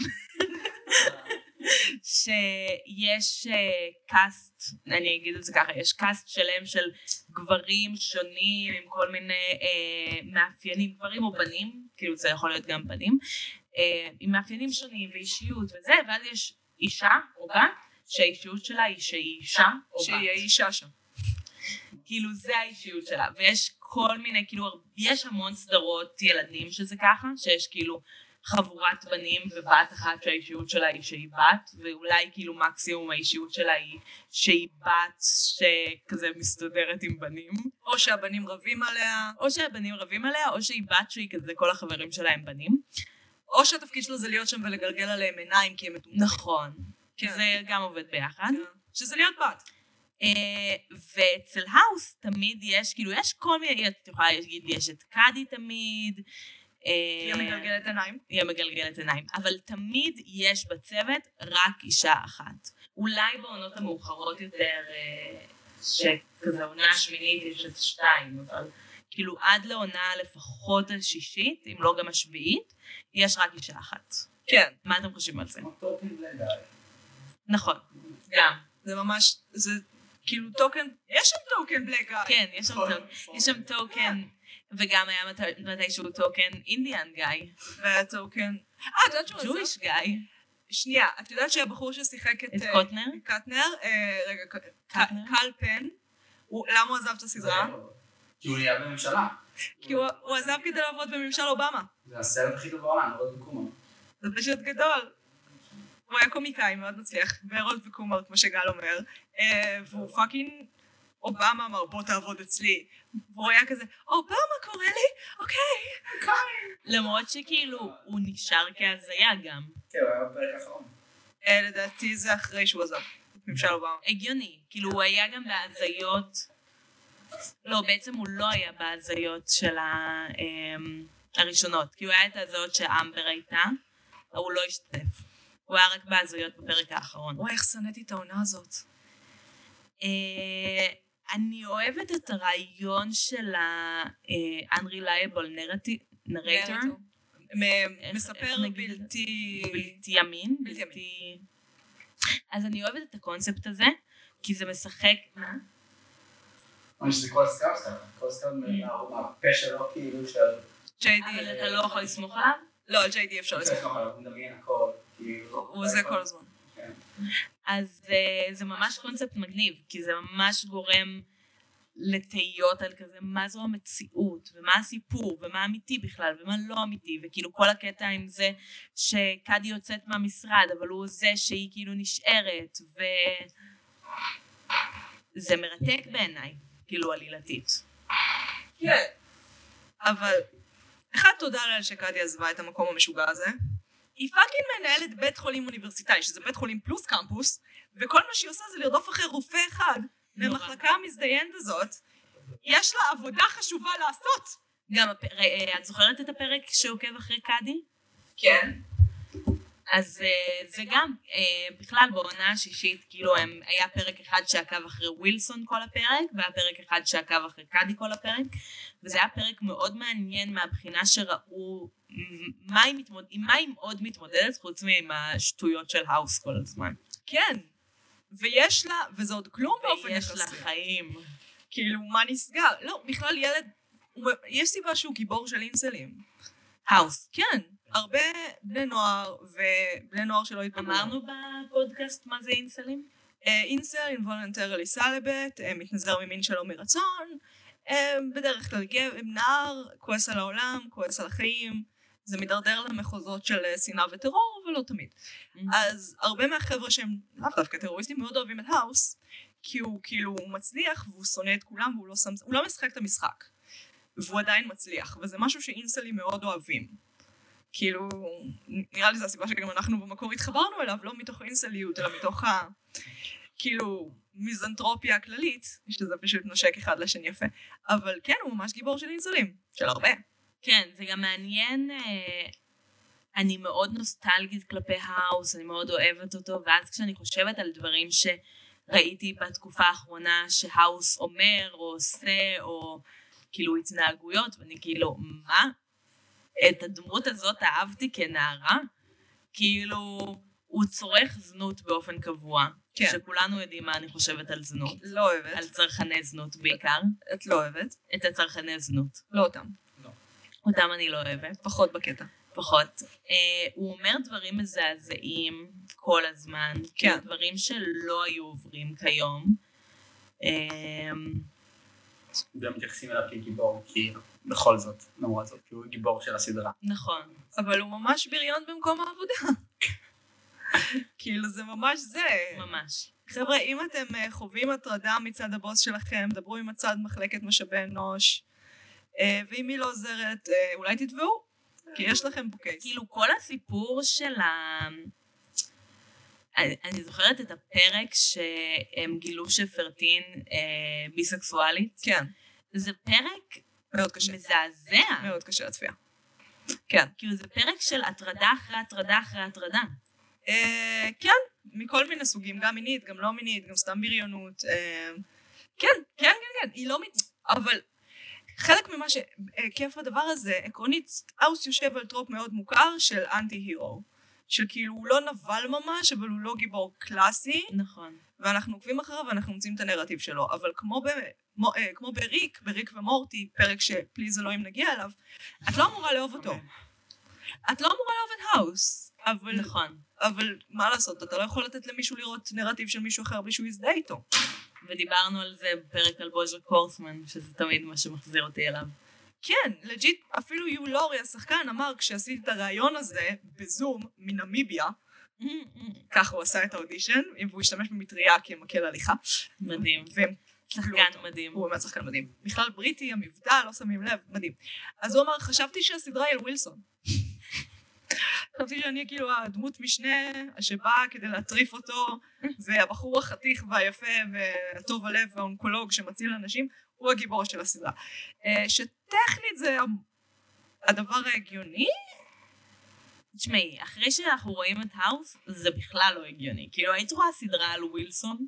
שיש קאסט, אני אגיד את זה ככה, יש קאסט שלם של גברים שונים עם כל מיני אה, מאפיינים, גברים או בנים, כאילו זה יכול להיות גם בנים, אה, עם מאפיינים שונים ואישיות וזה, ואז יש אישה או בת, שהאישיות שלה היא שהיא אישה או בת. שהיא אישה שם. כאילו זה האישיות שלה, ויש כל מיני, כאילו, יש המון סדרות ילדים שזה ככה, שיש כאילו, חבורת בנים ובת אחת שהאישיות שלה היא שהיא בת, ואולי כאילו מקסימום האישיות שלה היא שהיא בת שכזה מסתדרת עם בנים. או שהבנים רבים עליה. או שהבנים רבים עליה, או שהיא בת שהיא כזה כל החברים שלה הם בנים. או שהתפקיד שלו זה להיות שם ולגלגל עליהם עיניים כי הם מטומטמים. נכון. כן. זה גם עובד ביחד. כן. שזה להיות בת. ואצל האוס תמיד יש, כאילו יש כל מיני, את יכולה להגיד, יש את קאדי תמיד, היא מגלגלת עיניים. היא מגלגלת עיניים. אבל תמיד יש בצוות רק אישה אחת. אולי בעונות המאוחרות יותר, שכזה עונה השמינית יש את שתיים, אבל כאילו עד לעונה לפחות השישית, אם לא גם השביעית, יש רק אישה אחת. כן. מה אתם חושבים על זה? טוקן בלק גאי. נכון, גם. זה ממש, זה כאילו טוקן, יש שם טוקן בלק גאי. כן, יש שם טוקן, יש שם טוקן, וגם היה מתישהו טוקן אינדיאן גאי. והטוקן, אה, את יודעת שהוא עזב? ג'ויש גאי. שנייה, את יודעת שהבחור ששיחק את... את קוטנר? קטנר, רגע, קל פן, למה הוא עזב את הסדרה? כי הוא נהיה בממשלה. כי הוא עזב כדי לעבוד בממשל אובמה. זה הסרט הכי טוב בעולם, רוד וקומר. זה פשוט גדול. הוא היה קומיקאי מאוד מצליח, ורוד וקומר, כמו שגל אומר, והוא פאקינג אובמה אמר, בוא תעבוד אצלי. והוא היה כזה, אובמה קורא לי? אוקיי. למרות שכאילו הוא נשאר כהזיה גם. כן, הוא היה בפרק האחרון. לדעתי זה אחרי שהוא עזב. ממשל אובמה. הגיוני, כאילו הוא היה גם בהזיות, לא, בעצם הוא לא היה בהזיות של הראשונות, כי הוא היה את ההזיות שאמבר הייתה, אבל הוא לא השתתף. הוא היה רק בהזיות בפרק האחרון. וואי, איך שנאתי את העונה הזאת. אני אוהבת את הרעיון של ה-unreliable narrator. מספר בלתי... בלתי ימין. בלתי... אז אני אוהבת את הקונספט הזה, כי זה משחק... מה? אני שזה כל סקאפ סקאפ, כל סקאפ מהפה שלו כאילו של... ג'יי די. אבל אתה לא יכול לסמוך עליו? לא, על ג'יי די אפשר לסמוך. הוא מדמיין הכל, הוא זה כל הזמן. אז זה ממש קונספט מגניב, כי זה ממש גורם לתהיות על כזה, מה זו המציאות, ומה הסיפור, ומה אמיתי בכלל, ומה לא אמיתי, וכאילו כל הקטע עם זה שקאדי יוצאת מהמשרד, אבל הוא זה שהיא כאילו נשארת, וזה מרתק בעיניי, כאילו עלילתית. כן, אבל אחד תודה לה שקאדי עזבה את המקום המשוגע הזה, היא פאקינג מנהלת בית חולים אוניברסיטאי, שזה בית חולים פלוס קמפוס, וכל מה שהיא עושה זה לרדוף אחרי רופא אחד, במחלקה המזדיינת הזאת, יש לה עבודה חשובה לעשות. גם, את זוכרת את הפרק שעוקב אחרי קאדי? כן. אז זה גם, בכלל בעונה השישית, כאילו היה פרק אחד שעקב אחרי ווילסון כל הפרק, והיה פרק אחד שעקב אחרי קאדי כל הפרק, וזה היה פרק מאוד מעניין מהבחינה שראו מה היא מתמודדת, עם מה היא עוד מתמודדת, חוץ עם השטויות של האוס כל הזמן. כן, ויש לה, וזה עוד כלום באופן יחסי. ויש לה חיים. כאילו, מה נסגר? לא, בכלל ילד, יש סיבה שהוא גיבור של אינסלים. האוס. כן. הרבה בני נוער ובני נוער שלא התפגעו. אמרנו בפודקאסט מה זה אינסלים? אינסל, אינבולנטרלי סלבט, מתנזר ממין שלו מרצון, בדרך כלל נער, כועס על העולם, כועס על החיים, זה מדרדר למחוזות של שנאה וטרור, ולא תמיד. אז הרבה מהחבר'ה שהם לאו דווקא טרוריסטים מאוד אוהבים את האוס, כי הוא כאילו מצליח והוא שונא את כולם והוא לא, הוא לא משחק את המשחק, והוא עדיין מצליח, וזה משהו שאינסלים מאוד אוהבים. כאילו, נראה לי זה הסיבה שגם אנחנו במקור התחברנו אליו, לא מתוך אינסליות, אלא מתוך ה... כאילו, מיזנטרופיה הכללית, שזה פשוט נושק אחד לשני יפה. אבל כן, הוא ממש גיבור של אינסלים, של הרבה. כן, זה גם מעניין, אני מאוד נוסטלגית כלפי האוס, אני מאוד אוהבת אותו, ואז כשאני חושבת על דברים שראיתי בתקופה האחרונה, שהאוס אומר, או עושה, או כאילו התנהגויות, ואני כאילו, מה? את הדמות הזאת אהבתי כנערה, כאילו הוא צורך זנות באופן קבוע, כן. שכולנו יודעים מה אני חושבת על זנות. לא אוהבת. על צרכני זנות בעיקר. את לא אוהבת. את הצרכני זנות. לא אותם. לא. אותם אני לא אוהבת. פחות בקטע. פחות. אה, הוא אומר דברים מזעזעים כל הזמן, כן. דברים שלא היו עוברים כיום. אה, גם מתייחסים אליו כגיבור, כי בכל זאת, למרות זאת, כי הוא גיבור של הסדרה. נכון. אבל הוא ממש בריון במקום העבודה. כאילו זה ממש זה. ממש. חבר'ה, אם אתם חווים הטרדה מצד הבוס שלכם, דברו עם הצד מחלקת משאבי אנוש, ואם היא לא עוזרת, אולי תתבעו, כי יש לכם פה קייס. כאילו כל הסיפור של ה... אני זוכרת את הפרק שהם גילו שפרטין ביסקסואלית. כן. זה פרק מאוד קשה. מזעזע. מאוד קשה לצפייה. כן. כאילו זה פרק של הטרדה אחרי הטרדה אחרי הטרדה. אה, כן, מכל מיני סוגים, גם מינית, גם לא מינית, גם סתם בריונות. אה, כן, כן, כן, כן, היא לא מינית, אבל חלק ממה שכיף בדבר הזה, עקרונית, האוס יושב על טרופ מאוד מוכר של אנטי-הירו. של כאילו הוא לא נבל ממש, אבל הוא לא גיבור קלאסי. נכון. ואנחנו עוקבים אחריו ואנחנו מוצאים את הנרטיב שלו. אבל כמו, ב, מו, אה, כמו בריק, בריק ומורטי, פרק שפליז אלוהים נגיע אליו, את לא אמורה לאהוב אותו. את לא אמורה לאהוב את האוס. אבל, נכון. אבל מה לעשות, אתה לא יכול לתת למישהו לראות נרטיב של מישהו אחר בלי שהוא יזדהה איתו. ודיברנו על זה בפרק על בוז'ק הורסמן, שזה תמיד מה שמחזיר אותי אליו. כן, לג'יט, אפילו יו לורי, השחקן, אמר כשעשיתי את הרעיון הזה בזום מנמיביה, ככה הוא עשה את האודישן, והוא השתמש במטריה כמקל הליכה. מדהים. שחקן מדהים. הוא באמת שחקן מדהים. בכלל בריטי, המבטא, לא שמים לב, מדהים. אז הוא אמר, חשבתי שהסדרה היא על ווילסון. חשבתי שאני כאילו הדמות משנה שבאה כדי להטריף אותו, והבחור החתיך והיפה והטוב הלב והאונקולוג שמציל אנשים, הוא הגיבור של הסדרה. שטכנית זה הדבר ההגיוני. תשמעי, אחרי שאנחנו רואים את האוס, זה בכלל לא הגיוני. כאילו, היית רואה סדרה על ווילסון?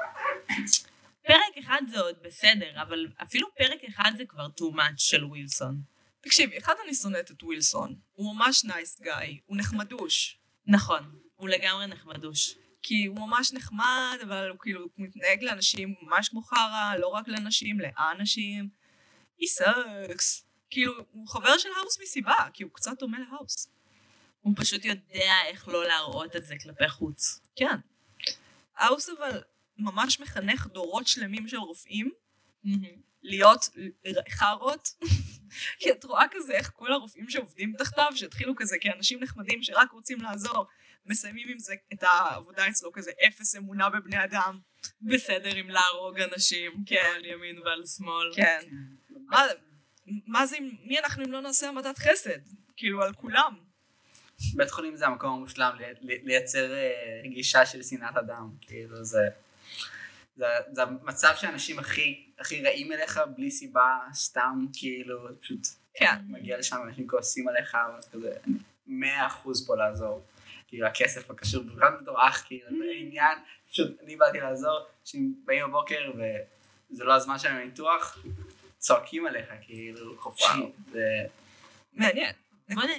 פרק אחד זה עוד בסדר, אבל אפילו פרק אחד זה כבר too much של ווילסון. תקשיבי, אחד אני שונאת את ווילסון. הוא ממש נייס גאי, הוא נחמדוש. נכון, הוא לגמרי נחמדוש. כי הוא ממש נחמד, אבל הוא כאילו מתנהג לאנשים ממש כמו חרה, לא רק לאנשים, לאנשים. He sucks. כאילו, הוא חבר של האוס מסיבה, כי הוא קצת דומה להאוס. הוא פשוט יודע איך לא להראות את זה כלפי חוץ. כן. האוס אבל ממש מחנך דורות שלמים של רופאים, להיות חרות, כי את רואה כזה איך כל הרופאים שעובדים תחתיו, שהתחילו כזה כאנשים נחמדים שרק רוצים לעזור, מסיימים עם זה את העבודה אצלו כזה אפס אמונה בבני אדם. בסדר עם להרוג אנשים, כן. על ימין ועל שמאל. כן. מה, מה זה, מי אנחנו אם לא נעשה המתת חסד? כאילו על כולם. בית חולים זה המקום המושלם לייצר גישה של שנאת אדם, כאילו זה, זה, זה המצב שאנשים הכי, הכי רעים אליך בלי סיבה, סתם כאילו, פשוט כן. מגיע לשם, אנשים כועסים עליך, כזה, מאה אחוז פה לעזור, כאילו הכסף הקשור, בגלל בתור אח, כאילו, זה עניין, פשוט אני באתי לעזור, שהם באים בבוקר וזה לא הזמן שלהם לניתוח, צועקים עליך, כאילו, חופשי, זה... מעניין. בוא נ...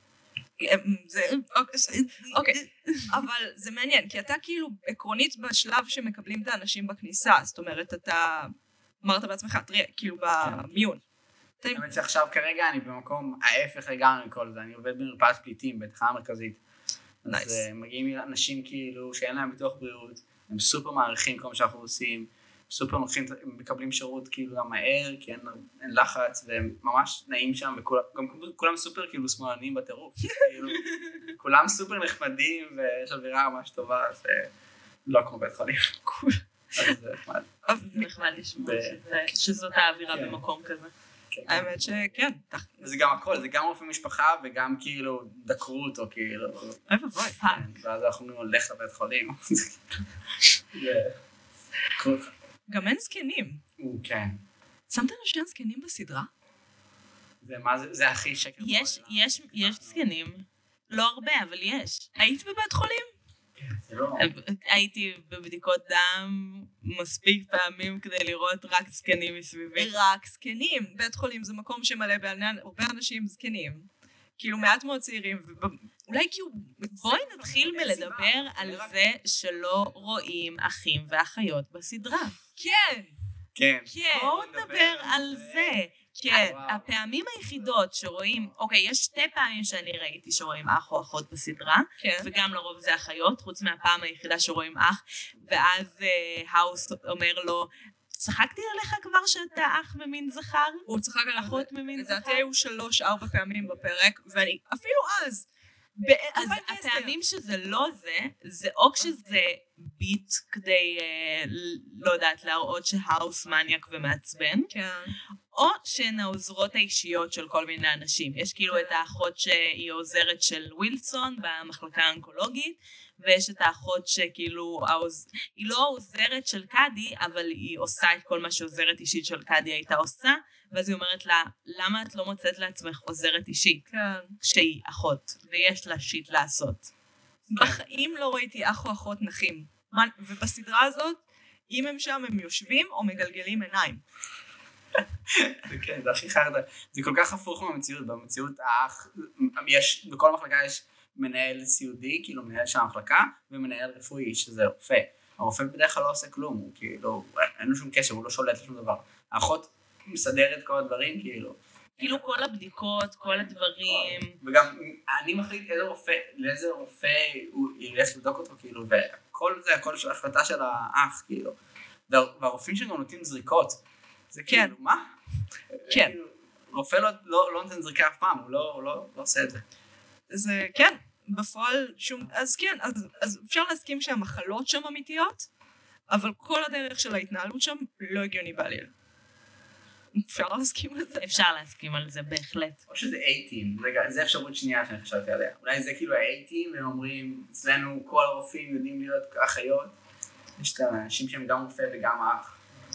זה, אוקיי, אבל זה מעניין, כי אתה כאילו עקרונית בשלב שמקבלים את האנשים בכניסה, זאת אומרת, אתה אמרת בעצמך, תראה, כאילו במיון. אני חושב שעכשיו כרגע אני במקום ההפך לגמרי מכל זה, אני עובד במרפאת פליטים, בתחנה המרכזית. אז מגיעים אנשים כאילו שאין להם ביטוח בריאות, הם סופר מעריכים כל מה שאנחנו עושים, סופר מקבלים שירות כאילו גם מהר, כי אין, אין לחץ, והם ממש נעים שם, וכולם סופר כאילו שמאלנים בטירוף, כאילו, כולם סופר נחמדים, ויש אווירה ממש טובה, ולא כמו בית חולים. קול. אז זה נחמד. נחמד לשמוע שזאת האווירה במקום כזה. האמת שכן. וזה גם הכל, זה גם רופא משפחה, וגם כאילו דקרו אותו, כאילו. אוי ובוי. ואז אנחנו הולך לבית חולים. גם אין זקנים. כן. שמת לו שאין זקנים בסדרה? זה הכי שקר. יש, יש, יש זקנים. לא הרבה, אבל יש. היית בבית חולים? הייתי בבדיקות דם מספיק פעמים כדי לראות רק זקנים מסביבי. רק זקנים. בית חולים זה מקום שמלא הרבה אנשים זקנים. כאילו מעט מאוד צעירים. אולי כאילו... בואי נתחיל מלדבר על זה שלא רואים אחים ואחיות בסדרה. כן. כן. בואו נדבר על זה. כן, הפעמים היחידות שרואים, אוקיי, יש שתי פעמים שאני ראיתי שרואים אח או אחות בסדרה, וגם לרוב זה אחיות, חוץ מהפעם היחידה שרואים אח, ואז האוס אומר לו, צחקתי עליך כבר שאתה אח ממין זכר? הוא צחק על אחות ממין זכר? לדעתי היו שלוש, ארבע פעמים בפרק, ואני אפילו אז, אז הפעמים שזה לא זה, זה או כשזה ביט כדי, לא יודעת, להראות שהאוס מניאק ומעצבן, או שהן העוזרות האישיות של כל מיני אנשים. יש כאילו את האחות שהיא עוזרת של ווילסון במחלקה האונקולוגית, ויש את האחות שכאילו, העוז... היא לא העוזרת של קאדי, אבל היא עושה את כל מה שעוזרת אישית של קאדי הייתה עושה, ואז היא אומרת לה, למה את לא מוצאת לעצמך עוזרת אישית? כן. כשהיא אחות, ויש לה שיט לעשות. בחיים לא ראיתי אח או אחות נחים. ובסדרה הזאת, אם הם שם, הם יושבים או מגלגלים עיניים. כן, זה הכי חרד. זה כל כך הפוך מהמציאות. במציאות האח, יש, בכל מחלקה יש מנהל סיעודי, כאילו מנהל של המחלקה, ומנהל רפואי, שזה רופא. הרופא בדרך כלל לא עושה כלום, הוא כאילו, אין לו שום קשר, הוא לא שולט לשום דבר. האחות מסדרת כל הדברים, כאילו. כאילו כל הבדיקות, כל הדברים. וגם אני מחליט איזה רופא, לאיזה רופא הוא ילך לבדוק אותו, כאילו, וכל זה, הכל החלטה של האח, כאילו. והרופאים שגם נותנים זריקות. זה כאילו, מה? כן. רופא לא נותן זריקה אף פעם, הוא לא עושה את זה. זה, כן, בפועל שום, אז כן, אז אפשר להסכים שהמחלות שם אמיתיות, אבל כל הדרך של ההתנהלות שם לא הגיוני בעליל. אפשר להסכים על זה? אפשר להסכים על זה, בהחלט. או שזה אייטים, רגע, זה אפשרות שנייה שאני חשבתי עליה. אולי זה כאילו האייטים, והם אומרים, אצלנו כל הרופאים יודעים להיות אחיות, יש את האנשים שהם גם רופא וגם אח.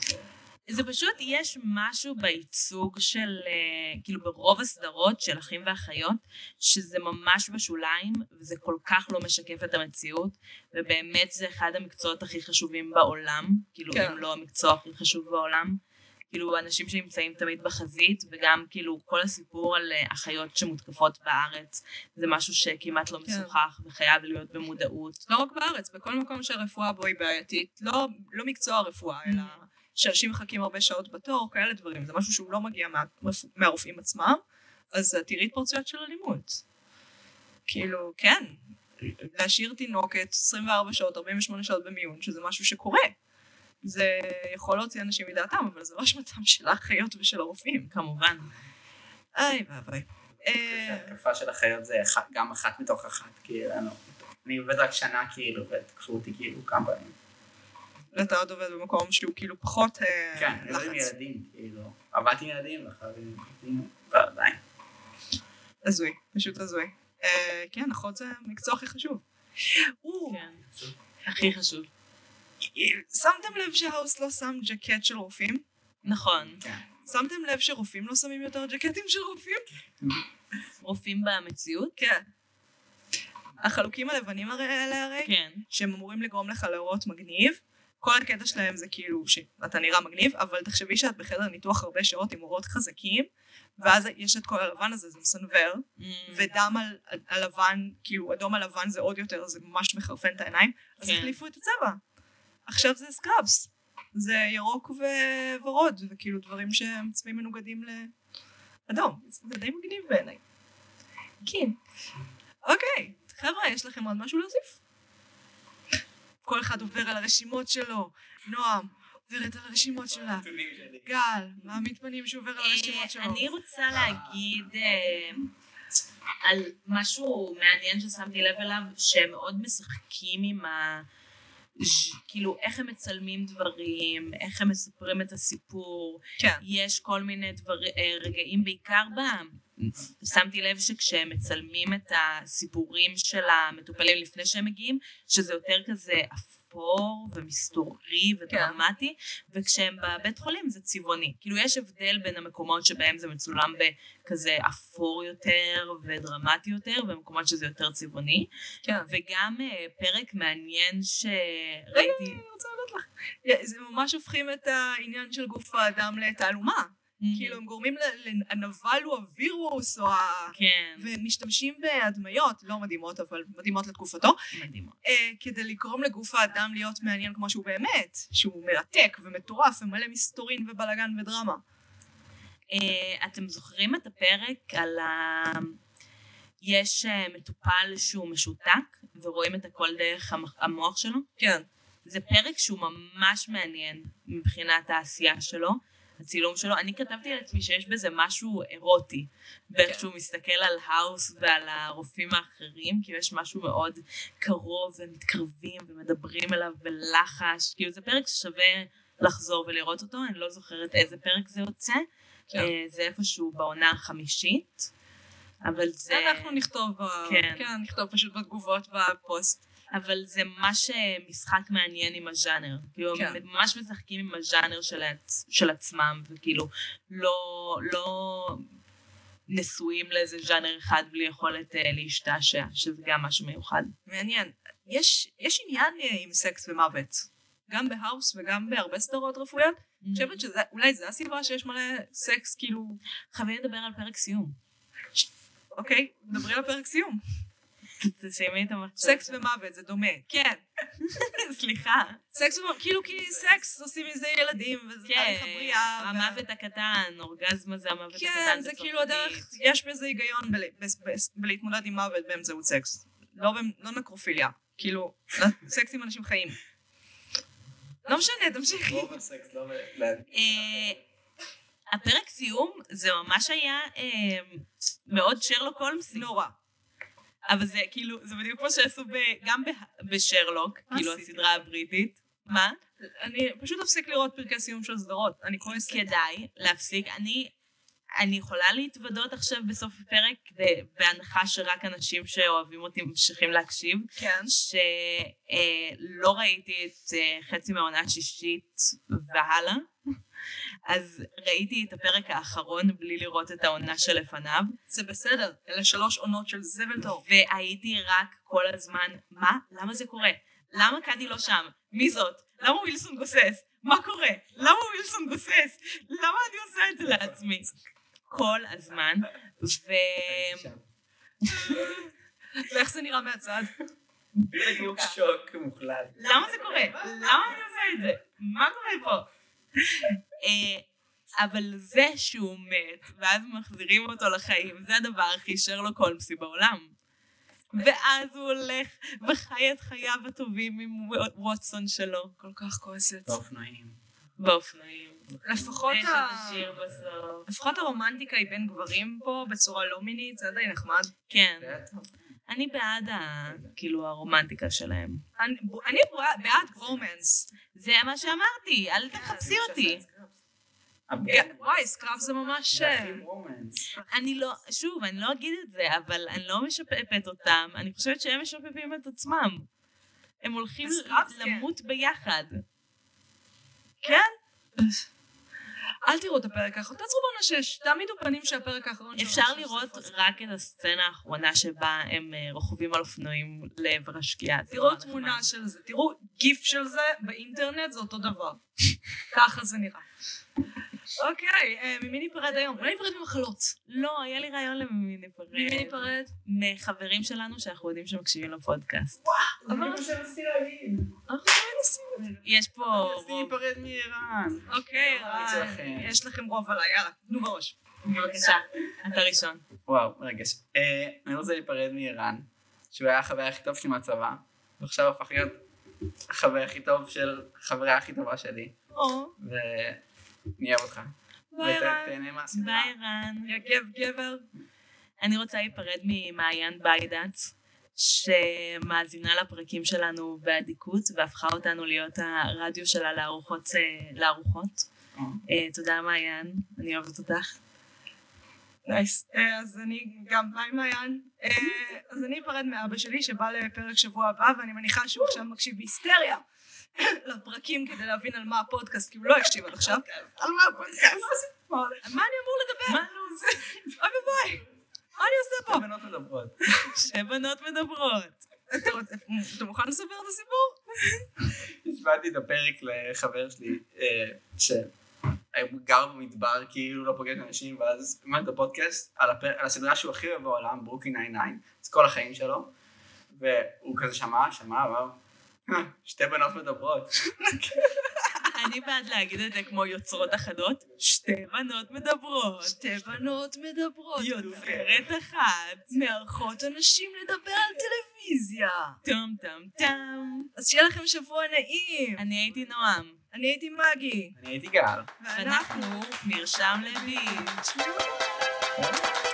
זה פשוט, יש משהו בייצוג של, כאילו ברוב הסדרות של אחים ואחיות, שזה ממש בשוליים, וזה כל כך לא משקף את המציאות, ובאמת זה אחד המקצועות הכי חשובים בעולם, כאילו כן. אם לא המקצוע הכי חשוב בעולם, כאילו אנשים שנמצאים תמיד בחזית, וגם כאילו כל הסיפור על אחיות שמותקפות בארץ, זה משהו שכמעט לא משוחח, כן. וחייב להיות במודעות. לא רק בארץ, בכל מקום שהרפואה בו היא בעייתית, לא, לא מקצוע הרפואה, אלא שאנשים מחכים הרבה שעות בתור, כאלה דברים, זה משהו שהוא לא מגיע מה, מהרופאים עצמם, אז תראי התפרצויות של אלימות. כאילו, כן, להשאיר תינוקת עשרים וארבע שעות, ארבעים ושמונה שעות במיון, שזה משהו שקורה. זה יכול להוציא אנשים מדעתם, אבל זה לא אשמתם של האחיות ושל הרופאים. כמובן. איי ואבוי. התקפה של אחיות זה גם אחת מתוך אחת, כאילו, אני עובד רק שנה כאילו, ותקפו אותי כאילו כמה פעמים. ואתה עוד עובד במקום שהוא כאילו פחות לחץ. כן, אני עובד עם ילדים, כאילו, עבדתי עם ילדים, ועדיין. הזוי, פשוט הזוי. כן, אחות זה המקצוע הכי חשוב. כן, הכי חשוב. שמתם לב שהאוס לא שם ג'קט של רופאים? נכון. שמתם לב שרופאים לא שמים יותר ג'קטים של רופאים? רופאים במציאות? כן. החלוקים הלבנים האלה הרי, כן. שהם אמורים לגרום לך להראות מגניב, כל הקטע שלהם זה כאילו שאתה נראה מגניב, אבל תחשבי שאת בחדר ניתוח הרבה שעות עם אורות חזקים, ואז יש את כל הלבן הזה, זה מסנבר, mm. ודם על, על, על לבן, כאילו אדום על לבן זה עוד יותר, זה ממש מחרפן את העיניים, אז כן. החליפו את הצבע. עכשיו זה סקראבס, זה ירוק וורוד, וכאילו דברים שהם צבעים מנוגדים לאדום, זה די מגניב בעיניי. כן. אוקיי, חבר'ה, יש לכם עוד משהו להוסיף? כל אחד עובר על הרשימות שלו, נועם עוברת על הרשימות שלה, גל, מה המתפנים שעובר על הרשימות שלו? אני רוצה להגיד על משהו מעניין ששמתי לב אליו, שהם מאוד משחקים עם ה... כאילו איך הם מצלמים דברים, איך הם מספרים את הסיפור, כן. יש כל מיני דבר, רגעים בעיקר בהם, שמתי לב שכשהם מצלמים את הסיפורים של המטופלים לפני שהם מגיעים, שזה יותר כזה אפור ומסתורי ודרמטי, כן. וכשהם בבית חולים זה צבעוני. כאילו יש הבדל בין המקומות שבהם זה מצולם בכזה אפור יותר ודרמטי יותר, ומקומות שזה יותר צבעוני. כן. וגם פרק מעניין שראיתי... אני רוצה לדעת לך. זה ממש הופכים את העניין של גוף האדם לתעלומה. כאילו הם גורמים לנבל או הווירוס או ה... כן. ומשתמשים בהדמיות, לא מדהימות אבל מדהימות לתקופתו. מדהימות. כדי לגרום לגוף האדם להיות מעניין כמו שהוא באמת, שהוא מרתק ומטורף ומלא מסתורין ובלגן ודרמה. אתם זוכרים את הפרק על ה... יש מטופל שהוא משותק ורואים את הכל דרך המוח שלו? כן. זה פרק שהוא ממש מעניין מבחינת העשייה שלו. הצילום שלו, אני כתבתי על עצמי שיש בזה משהו אירוטי, באיך שהוא מסתכל על האוס ועל הרופאים האחרים, כי יש משהו מאוד קרוב ומתקרבים ומדברים אליו בלחש, כאילו זה פרק ששווה לחזור ולראות אותו, אני לא זוכרת איזה פרק זה יוצא, זה איפשהו בעונה החמישית, אבל זה... אנחנו נכתוב, כן, נכתוב פשוט בתגובות בפוסט. אבל זה ממש משחק מעניין עם הז'אנר. כאילו, כן. ממש משחקים עם הז'אנר של, עצ... של עצמם, וכאילו, לא, לא נשואים לאיזה ז'אנר אחד בלי יכולת uh, להשתעשע, שזה גם משהו מיוחד. מעניין. יש, יש עניין עם סקס ומוות. גם בהאוס וגם בהרבה סדרות רפואיות. אני חושבת שאולי זה הסיבה שיש מלא סקס, כאילו... חייבים לדבר על פרק סיום. אוקיי, דברי על פרק סיום. תסיימי את המחשב. סקס ומוות, זה דומה. כן. סליחה. סקס ומוות, כאילו כי סקס עושים מזה ילדים, וזה תהליך הבריאה. המוות הקטן, אורגזמה זה המוות הקטן. כן, זה כאילו הדרך, יש בזה היגיון בלהתמודד עם מוות באמצעות סקס. לא נקרופיליה. כאילו, סקס עם אנשים חיים. לא משנה, תמשיכי. רוב הסקס, לא... הפרק סיום זה ממש היה מאוד שרלוק הולמסי. נורא. אבל זה כאילו, זה בדיוק כמו שעשו גם בשרלוק, כאילו הסדרה הבריטית. מה? אני פשוט אפסיק לראות פרקי סיום של סדרות. אני כועסת. כדאי להפסיק. אני... אני יכולה להתוודות עכשיו בסוף הפרק, בהנחה שרק אנשים שאוהבים אותי ממשיכים להקשיב, כן. שלא ראיתי את חצי מהעונה השישית והלאה, אז ראיתי את הפרק האחרון בלי לראות את העונה שלפניו. זה בסדר, אלה שלוש עונות של זבל טוב. והייתי רק כל הזמן, מה? למה זה קורה? למה קדי לא שם? מי זאת? למה ווילסון גוסס? מה קורה? למה ווילסון גוסס? למה אני עושה את זה לעצמי? כל הזמן, ו... ואיך זה נראה מהצד? בדיוק שוק מוחלט. למה זה קורה? למה אני עושה את זה? מה קורה פה? אבל זה שהוא מת, ואז מחזירים אותו לחיים, זה הדבר הכי שרלוק הולמסי בעולם. ואז הוא הולך וחי את חייו הטובים עם ווטסון שלו. כל כך כועסת. באופנועים. באופנועים. לפחות יש ה... את השיר בסוף. לפחות הרומנטיקה היא בין גברים פה בצורה לא מינית, זה די נחמד. כן. אני בעד ה... כאילו הרומנטיקה שלהם. אני, אני בעד גרומנס. זה מה שאמרתי, אל תחפשי אותי. וואי, סקראב זה ממש... אני לא, שוב, אני לא אגיד את זה, אבל אני לא משפפת אותם. אני חושבת שהם משפפים את עצמם. הם הולכים למות ביחד. כן? אל תראו את הפרק האחרון, תעצרו בעונה שש, תעמידו פנים שהפרק האחרון... אפשר לראות רק את הסצנה האחרונה שבה הם רוכבים על אופנועים לעבר השקיעה. תראו תמונה של זה, תראו גיף של זה באינטרנט, זה אותו דבר. ככה זה נראה. אוקיי, ממי ניפרד היום? אולי ניפרד ממחלות. לא, היה לי רעיון למי ניפרד. ממי ניפרד? מחברים שלנו שאנחנו יודעים שמקשיבים לפודקאסט. וואו, זה מה שרציתי להגיד. אנחנו לא נשים את זה. יש פה... רציתי להיפרד מאיראן. אוקיי, יש לכם רוב עליי, יאללה, תנו בראש. בבקשה, אתה ראשון. וואו, מרגש. אני רוצה להיפרד מאיראן, שהוא היה החבר הכי טוב שלי מהצבא, ועכשיו הפך להיות החבר הכי טוב של חברה הכי טובה שלי. ואני אוהב אותך. ביי רן. ותהנה מהסדרה. ביי רן. יא גב גבר. אני רוצה להיפרד ממעיין ביידץ, שמאזינה לפרקים שלנו באדיקות, והפכה אותנו להיות הרדיו שלה לארוחות. לארוחות. תודה מעיין, אני אוהבת אותך. נייס. אז אני גם ביי מעיין. אז אני אפרד מאבא שלי שבא לפרק שבוע הבא, ואני מניחה שהוא עכשיו מקשיב בהיסטריה לפרקים כדי להבין על מה הפודקאסט, כי הוא לא הקשיב עד עכשיו. על מה הפודקאסט? מה אני אמור לדבר? מה לא זה? אוי ובואי. מה אני עושה פה? שתי בנות מדברות. שתי בנות מדברות. אתה מוכן לספר את הסיפור? השמעתי את הפרק לחבר שלי, שגר במדבר, כאילו לא פוגש אנשים, ואז שמעתי את הפודקאסט על הסדרה שהוא הכי אוהב בעולם, ברוקלין ניין ניין, זה כל החיים שלו, והוא כזה שמע, שמע, וואו, שתי בנות מדברות. אני בעד להגיד את זה כמו יוצרות אחדות, שתי בנות מדברות. שתי בנות מדברות. יוצרת אחת. מארחות אנשים לדבר על טלוויזיה. טום טום טום. אז שיהיה לכם שבוע נעים. אני הייתי נועם. אני הייתי מגי. אני הייתי גל. ואנחנו מרשם לביץ'.